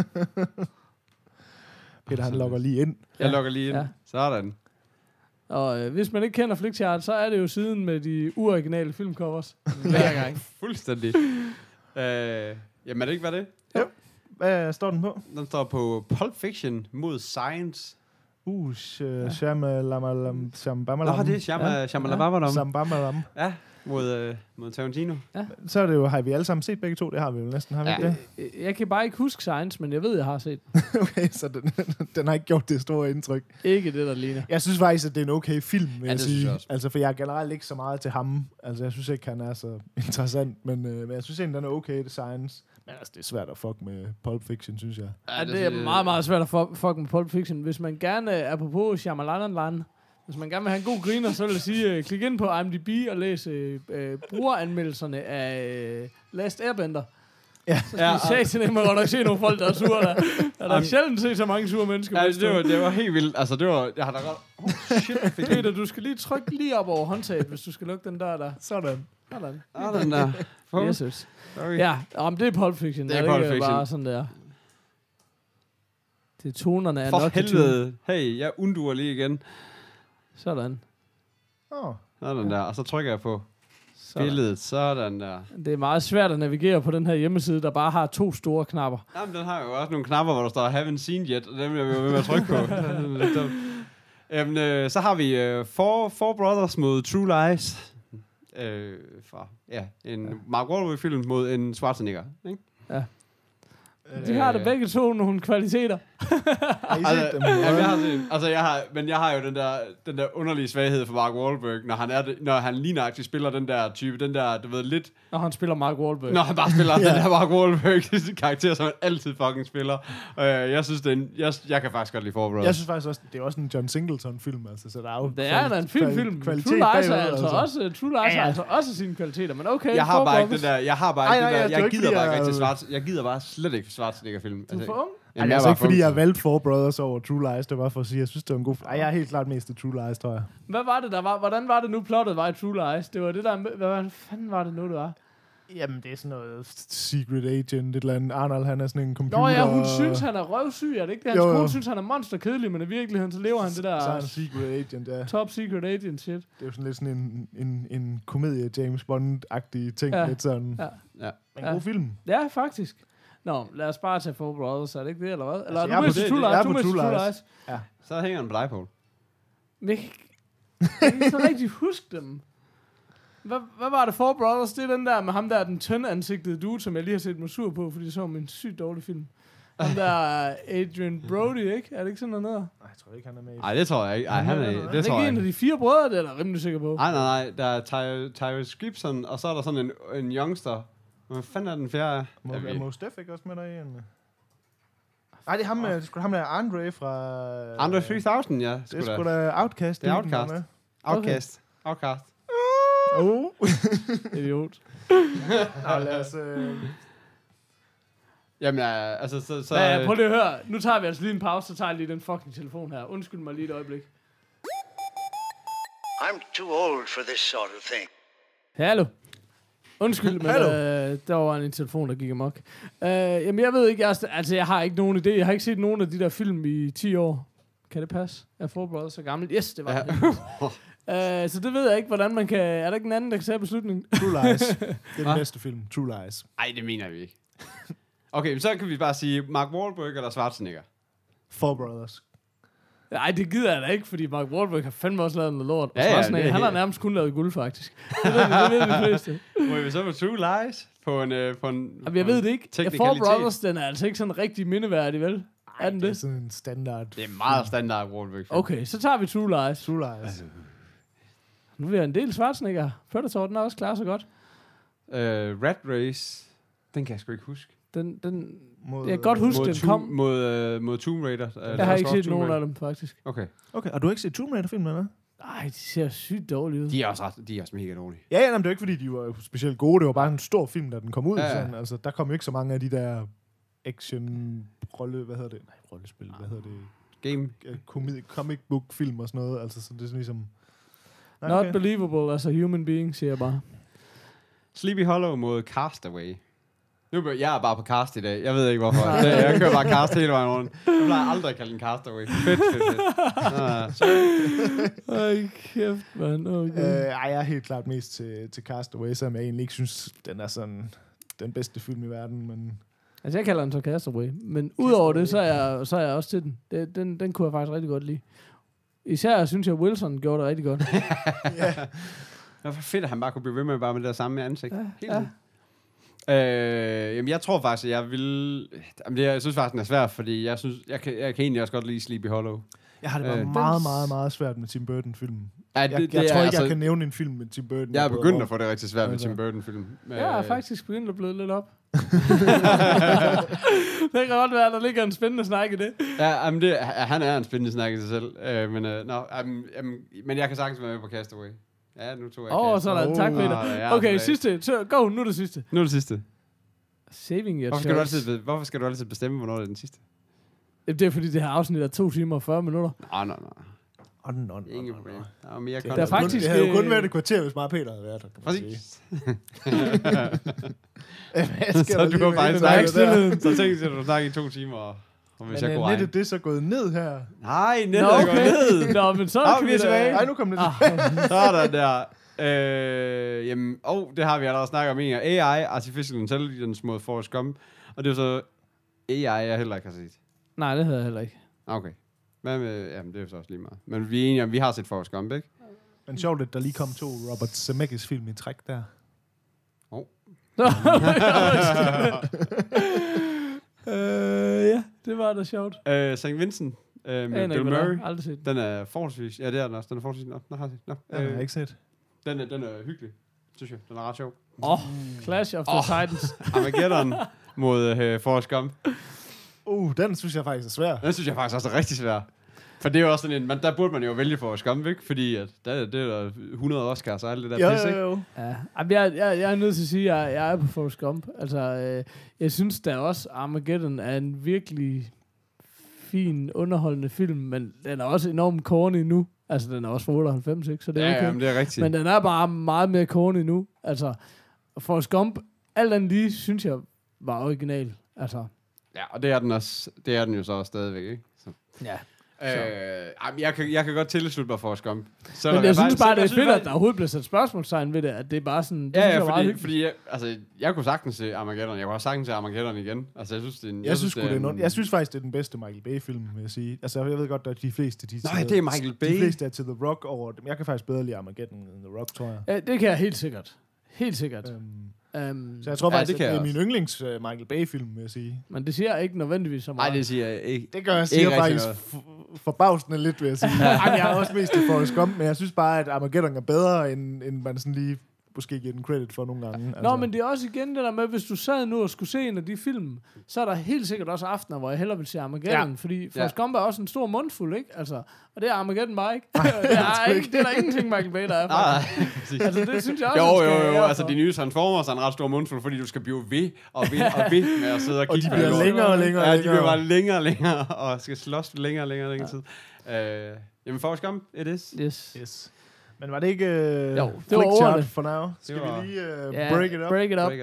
C: Peter, han logger lige ind.
B: Jeg logger lige ind. Ja. Sådan.
D: Og hvis man ikke kender Flickchart, så er det jo siden med de uoriginale filmcovers. Hver gang.
B: Fuldstændig. Jamen er det ikke, hvad det er?
C: Jo. Hvad står den på?
B: Den står på Pulp Fiction mod Science.
C: Shyamalan.
B: Nå, det er Shyamalan.
C: Shyamalan.
B: Ja. mod Tarantino.
C: Så er det jo, har vi alle sammen set begge to? Det har vi jo næsten, har vi ikke det?
D: Jeg kan bare ikke huske Science, men jeg ved, jeg har set.
C: Okay, så den har ikke gjort det store indtryk.
D: Ikke det, der ligner.
C: Jeg synes faktisk, at det er en okay film, vil jeg
B: det synes
C: sige.
B: jeg også.
C: Altså, for jeg er generelt ikke så meget til ham. Altså, jeg synes ikke, han er så interessant, men jeg synes egentlig, den er okay, det Science. Men altså, det er svært at fuck med Pulp Fiction, synes jeg.
D: Ja, det er meget, meget svært at fuck med Pulp Fiction. Hvis man gerne, apropos Shyamalan, hvis man gerne vil have en god griner, så vil jeg sige, klik ind på IMDb og læs brugeranmeldelserne af Last Airbender.
C: Ja.
D: Så skal I satme godt nok se nogle folk, der er sure der. Der er sjældent set så mange sure mennesker.
B: Ja, det var helt vildt. Altså, det var... Jeg har da godt... Shit,
D: Peter, du skal lige trykke lige op over håndtaget, hvis du skal lukke den der.
C: Sådan.
B: den der.
D: Jesus.
B: Sorry.
D: Ja, det er Pulp Fiction.
B: Det er Pulp Fiction.
D: Bare sådan der. Det er tonerne af
B: For
D: nok
B: helvede. Hey, jeg unduer lige igen.
D: Sådan.
B: Sådan der. Og så trykker jeg på billedet. Sådan der.
D: Det er meget svært at navigere på den her hjemmeside, der bare har 2 store knapper.
B: Jamen, den har jo også nogle knapper, hvor der står haven't seen yet, og dem er vi jo ved med at trykke på. Så har vi Four Brothers mod True Lies. Fra en Mark Wahlberg-film mod en Schwarzenegger. Ikke?
D: Ja. De har det begge to nogle kvaliteter.
C: Har I set dem?
B: Jeg har set, altså jeg har jo den der underlige svaghed for Mark Wahlberg, når han lige nøjagtigt spiller den der type, den der, du ved, lidt...
D: Når han spiller Mark Wahlberg.
B: Når han bare spiller den der Mark Wahlberg karakter, som han altid fucking spiller. Jeg synes, jeg kan faktisk godt lide Four Brothers.
C: Jeg synes faktisk også, det er også en John Singleton-film, altså, så der er jo...
D: Det er da en film.
C: Kvalitet
D: True Lies
C: bagud,
D: er altså også sine kvaliteter, men okay.
B: Jeg har bare ikke det der, jeg gider bare slet ikke Schwarzenegger-film.
D: Du er for ung?
C: Jamen, det er altså ikke, fordi jeg valgte Four Brothers over True Lies. Det var for at sige, jeg synes, det var en god... jeg er helt klart mest til True Lies, tror jeg.
D: Hvad var det, der var? Hvordan var det nu, plottet var i True Lies? Det var det der... Hvad fanden var det nu, det var?
C: Jamen, det er sådan noget secret agent, et eller andet. Arnold, han er sådan en computer...
D: Nå ja, hun synes, han er røvsyg, er det ikke det? Hans
C: Jo.
D: kone synes, han er monsterkedelig, men i virkeligheden, så lever han det der...
C: Så er han secret agent, ja.
D: Top secret agent shit.
C: Det er jo sådan lidt sådan en komedie James Bond-agtig ting.
D: Ja.
C: Lidt sådan...
B: Ja.
C: En god film.
D: Ja, faktisk. Nå, lad os bare tage Four Brothers, er det ikke det, eller hvad? Eller
C: Altså,
D: du mister True Lies.
C: Ja.
B: Så hænger den på dig, Poul.
D: Men jeg kan ikke så rigtig huske dem. Hvad var det Four Brothers? Det er den der med ham der, den tyndansigtede dude, som jeg lige har set mig sur på, fordi det så en sygt dårlig film. Ham der Adrian Brody, ikke? Er det ikke sådan noget?
C: Nej, jeg tror ikke, han er med i...
B: Nej, det tror jeg ikke. Ej, han er,
D: Det
B: det tror
D: er
B: jeg
D: ikke en af
B: ikke.
D: de 4 brødre, det er jeg rimelig sikker på.
B: Nej. Der er Tyrese Gibson, og så er der sådan en youngster. Hvad fanden er den fjerde?
C: Er Mos Def ikke også med der i en... Nej, det er ham, ham der Andre fra...
B: Andre 3000, ja.
C: Det er sgu da Outcast.
B: Det er Outcast. Outcast. Outcast.
D: Idiot.
C: Nå, lad os...
B: Jamen, altså, så...
D: Ja, prøv lige at høre. Nu tager vi altså lige en pause, så tager jeg lige den fucking telefon her. Undskyld mig lige et øjeblik.
A: I'm too old for this sort of thing.
D: Hallo. Undskyld, men der var en telefon, der gik amok. Jamen, jeg ved ikke, jeg har ikke nogen idé. Jeg har ikke set nogen af de der film i 10 år. Kan det passe? Er Four Brothers så gammel? Yes, det var det. Så det ved jeg ikke, hvordan man kan... Er der ikke en anden, der kan tage beslutningen?
C: True Lies. Det er den bedste film. True Lies.
B: Ej, det mener vi ikke. Okay, så kan vi bare sige Mark Wahlberg eller Schwarzenegger.
C: Four Brothers.
D: Nej, det gider jeg da ikke, fordi Mark Wahlberg har fandme også lavet noget lort.
B: Ja,
D: Han har nærmest kun lavet guld, faktisk. Det ved de fleste.
B: Må vi så med True Lies på en
D: Jamen, jeg ved det ikke. Four Brothers, den er altså ikke sådan rigtig mindeværdig, vel? Er den
C: Det er
D: det?
C: sådan en standard.
B: Det er meget standard Wahlberg.
D: Okay, så tager vi True Lies.
C: True Lies.
D: Nu vil jeg en del Schwarzenegger. Predator, den er også klar så godt.
B: Rat Race, den kan jeg sgu ikke huske.
D: Den
C: Mod,
D: jeg kan godt huske, den kom.
B: Mod Tomb Raider.
D: Jeg har ikke set nogen af dem, faktisk.
B: Okay.
C: Okay, og du har ikke set Tomb Raider-filmen, eller?
D: Nej, de ser sygt dårlige ud.
B: De er også mega dårlige.
C: Ja, men det er jo ikke, fordi de var specielt gode. Det var bare en stor film, da den kom ud.
B: Ja.
C: Sådan. Altså, der kom jo ikke så mange af de der action-rolle... Hvad hedder det? Nej, rollespil. Hvad hedder det?
B: Game.
C: Comic book-film og sådan noget. Altså, så det er sådan ligesom... Nej,
D: Not believable as a human being, siger jeg bare.
B: Sleepy Hollow mod Castaway. Jeg er bare på cast i dag. Jeg ved ikke hvorfor. Jeg kører bare cast hele vejen rundt. Jeg plejer aldrig at kalde den Castaway. Fedt.
D: Ej, kæft, mand. Okay.
C: Jeg er helt klart mest til Castaway, selvom jeg egentlig ikke synes, den er sådan den bedste film i verden, men...
D: Altså, jeg kalder den så Castaway. Men udover det, så er jeg også til den. Den kunne jeg faktisk rigtig godt lide. Især synes jeg, Wilson gjorde det rigtig godt.
C: Ja.
B: Det var fedt, at han bare kunne blive ved med bare med det der samme ansigt.
D: Ja.
B: Jamen, jeg tror faktisk, at jeg vil... Jamen, jeg synes faktisk, den er svær, fordi jeg synes, jeg kan egentlig også godt lide Sleepy Hollow.
C: Jeg har det været meget, meget, meget svært med Tim Burton-filmen.
B: Ja,
C: Jeg tror ikke, jeg kan nævne en film med Tim Burton.
B: Jeg er begyndt at få det rigtig svært med Tim Burton-film.
D: Jeg er faktisk begyndt at bløde lidt op. Det kan godt være, at der ligger en spændende snak i det.
B: Ja, men han er en spændende snak i sig selv. Men jeg kan sagtens være med på Castaway. Ja, nu tog jeg
D: sådan. Tak, Peter. Okay, sidste. Så, go, nu er det sidste.
B: Nu er det sidste.
D: Saving your
B: Hvorfor skal du altid bestemme, hvornår det er den sidste?
D: Det er fordi, det her afsnit er 2 timer og 40 minutter.
B: Nej. Ingen problem.
C: Der er faktisk... Det havde jo kun været et kvarter, hvis bare Peter havde været der.
B: Præcis.
C: Så
B: du har faktisk snakket der. Så tænkte jeg, at du snakker i 2 timer. Og hvis jeg
C: men det så gået ned her?
B: Nej, nettet er gået ned.
D: Nå, men så kan vi tilbage.
C: Nej, nu kommer det tilbage.
B: Sådan der. Jamen, det har vi allerede snakket om en af AI, Artificial Intelligence mod Forrest Gump. Og det er så AI, jeg heller ikke har set.
D: Nej, det havde jeg heller ikke.
B: Okay. Jamen, det er jo så også lige meget. Men vi er enige om, vi har set Forrest Gump, ikke?
C: Men sjovt, at der lige kom 2 Robert Zemeckis film i træk der.
D: Ja, det var da sjovt.
B: St. Vincent med Bill Murray.
D: Aldrig set.
B: Den er forholdsvis... Ja, det er den også. Den er forholdsvis... Den har jeg set.
C: Den har jeg ikke set.
B: Den er hyggelig, synes jeg. Den er ret sjov.
D: Clash of the Titans.
B: Armageddon mod Forrest Gump.
C: Den synes jeg faktisk er svær.
B: Den synes jeg faktisk også er rigtig svær. For det er jo også sådan en... Der burde man jo vælge Forrest Gump, ikke? Fordi at det er der 100 Oscars og alt det der pis, ikke?
C: Jo.
D: Ja. Jeg er nødt til at sige, at jeg er på Forrest Gump. Altså, jeg synes da også, Armageddon er en virkelig fin, underholdende film, men den er også enormt corny nu. Altså, den er også fra 98, ikke? Så det er okay.
B: Ja, men det er rigtigt.
D: Men den er bare meget mere corny nu. Altså, Forrest Gump, alt andet lige, synes jeg, var original. Altså.
B: Ja, og det er den også. Det er den jo så også stadigvæk, ikke? Så.
D: Ja.
B: Jeg kan godt tilslutte mig Forrest Gump.
D: Men jeg synes bare, det er fedt, at der overhovedet bliver sat spørgsmålstegn ved det, at det er bare sådan...
B: Fordi jeg kunne sagtens se Armageddon. Jeg kunne også sagtens se Armageddon igen. Altså, jeg synes,
C: jeg synes faktisk, det er den bedste Michael Bay-film, vil jeg sige. Altså, jeg ved godt, at de fleste...
B: Nej, det er Michael Bay.
C: De fleste er til The Rock over dem. Jeg kan faktisk bedre lide Armageddon end The Rock, tror jeg.
D: Ja, det kan jeg helt sikkert. Helt sikkert.
C: Så jeg tror faktisk, det er min yndlings Michael Bay-film, vil jeg sige.
D: Men det siger jeg ikke nødvendigvis så meget.
B: Nej, det siger jeg ikke.
C: Det gør jeg siger faktisk forbavsende lidt, vil jeg sige. Jeg er også mest til Forrest Gump, men jeg synes bare, at Armageddon er bedre, end man sådan lige måske giver den credit for nogle gange.
D: Nå, men det er også igen det der med, hvis du sad nu og skulle se en af de film, så er der helt sikkert også aftener, hvor jeg hellere vil se Armageddon, fordi Forrest Gump er også en stor mundfuld, ikke? Altså, og det er Armageddon bare ikke. Det er der ingenting Michael Bay, der er for.
B: Nej,
D: altså, det synes jeg også,
B: Jo, altså de nye Transformers er en ret stor mundfuld, fordi du skal blive ved med at sidde og kigge.
C: Og de bliver længere og længere.
B: Ja, de bliver bare længere og længere, og skal slås længere og længere tid. Jamen, Forrest Gump, it is.
C: Yes. Men var det ikke
D: jo, det var ordene
C: for now? Skal vi lige break it up?
D: Break it up.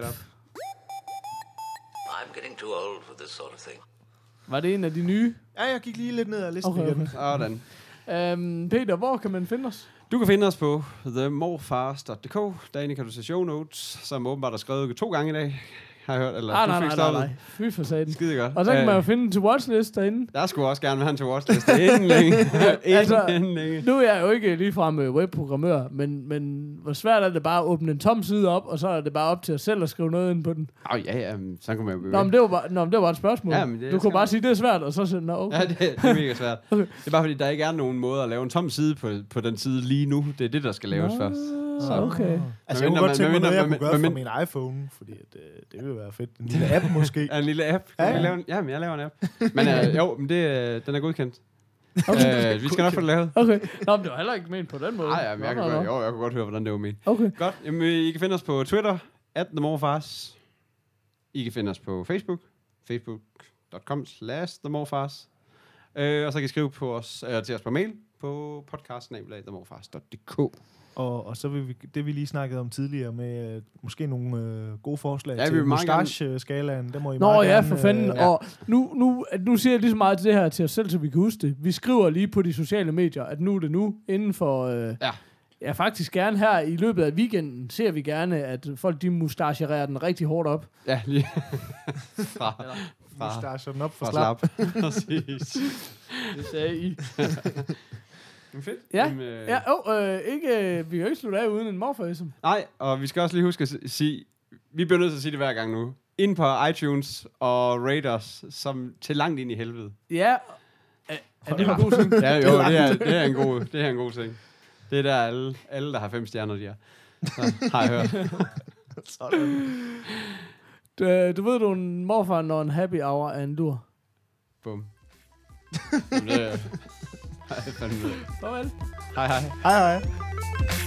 E: I'm getting too old for this sort of thing.
D: Var det en af de nye?
C: Ja, jeg gik lige lidt ned ad listen igen.
B: Sådan.
D: Peter, hvor kan man finde os?
B: Du kan finde os på themorfars.dk. Derinde kan du se show notes, som åbenbart er skrevet 2 gange i dag. Har jeg hørt? Eller
D: Nej. Fy for satan.
B: Skide godt.
D: Og så kan man jo finde en to-watch-list derinde.
B: Der skulle også gerne være en to-watch-liste inden længe.
D: Nu er jeg jo ikke ligefrem webprogrammør, men hvor svært er det bare at åbne en tom side op, og så er det bare op til os selv at skrive noget ind på den.
B: Ja, så kan man jo
D: Nå, men det var bare et spørgsmål.
B: Ja,
D: du kunne bare sige, det er svært, og så sige, okay.
B: Ja, det er mega svært. Okay. Det er bare fordi, der ikke er nogen måde at lave en tom side på den side lige nu. Det er det, der skal laves først.
D: Så. Okay.
C: Altså, jeg kunne godt tænke mig noget, jeg kunne gøre fra min iPhone, fordi det ville være fedt. En lille app måske.
B: En lille app. Jamen, jeg laver en app. Men men den er godkendt. Okay. Vi skal nok få det lavet.
D: Okay. Nå, men det var heller ikke ment på den måde.
B: Nej, jeg kunne godt høre, hvordan det var ment.
D: Okay.
B: Godt. Jamen, I kan finde os på Twitter, @themorfars. I kan finde os på Facebook, facebook.com/themorfars. Og så kan I skrive på os, til os på mail på podcast@themorfars.dk.
C: Og så vil vi lige snakkede om tidligere med måske nogle gode forslag
B: til
C: mustache-skalaen. Det må I
D: meget
C: gerne,
D: for fanden. Og nu siger jeg lige så meget til det her til os selv, så vi kan huske det. Vi skriver lige på de sociale medier, at nu er det nu, inden for... Ja, faktisk gerne her i løbet af weekenden ser vi gerne, at folk de mustacherer den rigtig hårdt op.
B: Ja, lige.
C: Mustacher den op for slap.
B: Præcis.
D: Det sagde I.
B: Fedt.
D: Ja,
B: Jamen,
D: ikke, vi kan jo ikke slutte af uden en morfaism.
B: Nej, og vi skal også lige huske at sige, vi bliver nødt til at sige det hver gang nu. Ind på iTunes og rate os som til langt ind i helvede.
D: Ja, er det en god ting?
B: Ja, jo, det er en god ting. Det er der alle der har 5 stjerner, de er. Så har jeg hørt.
D: Du ved, du er en morfar, når en happy hour er en lur.
B: Bum. Jamen, det er... Farvel.
D: Farvel.
B: Hej hej.
C: Hej hej.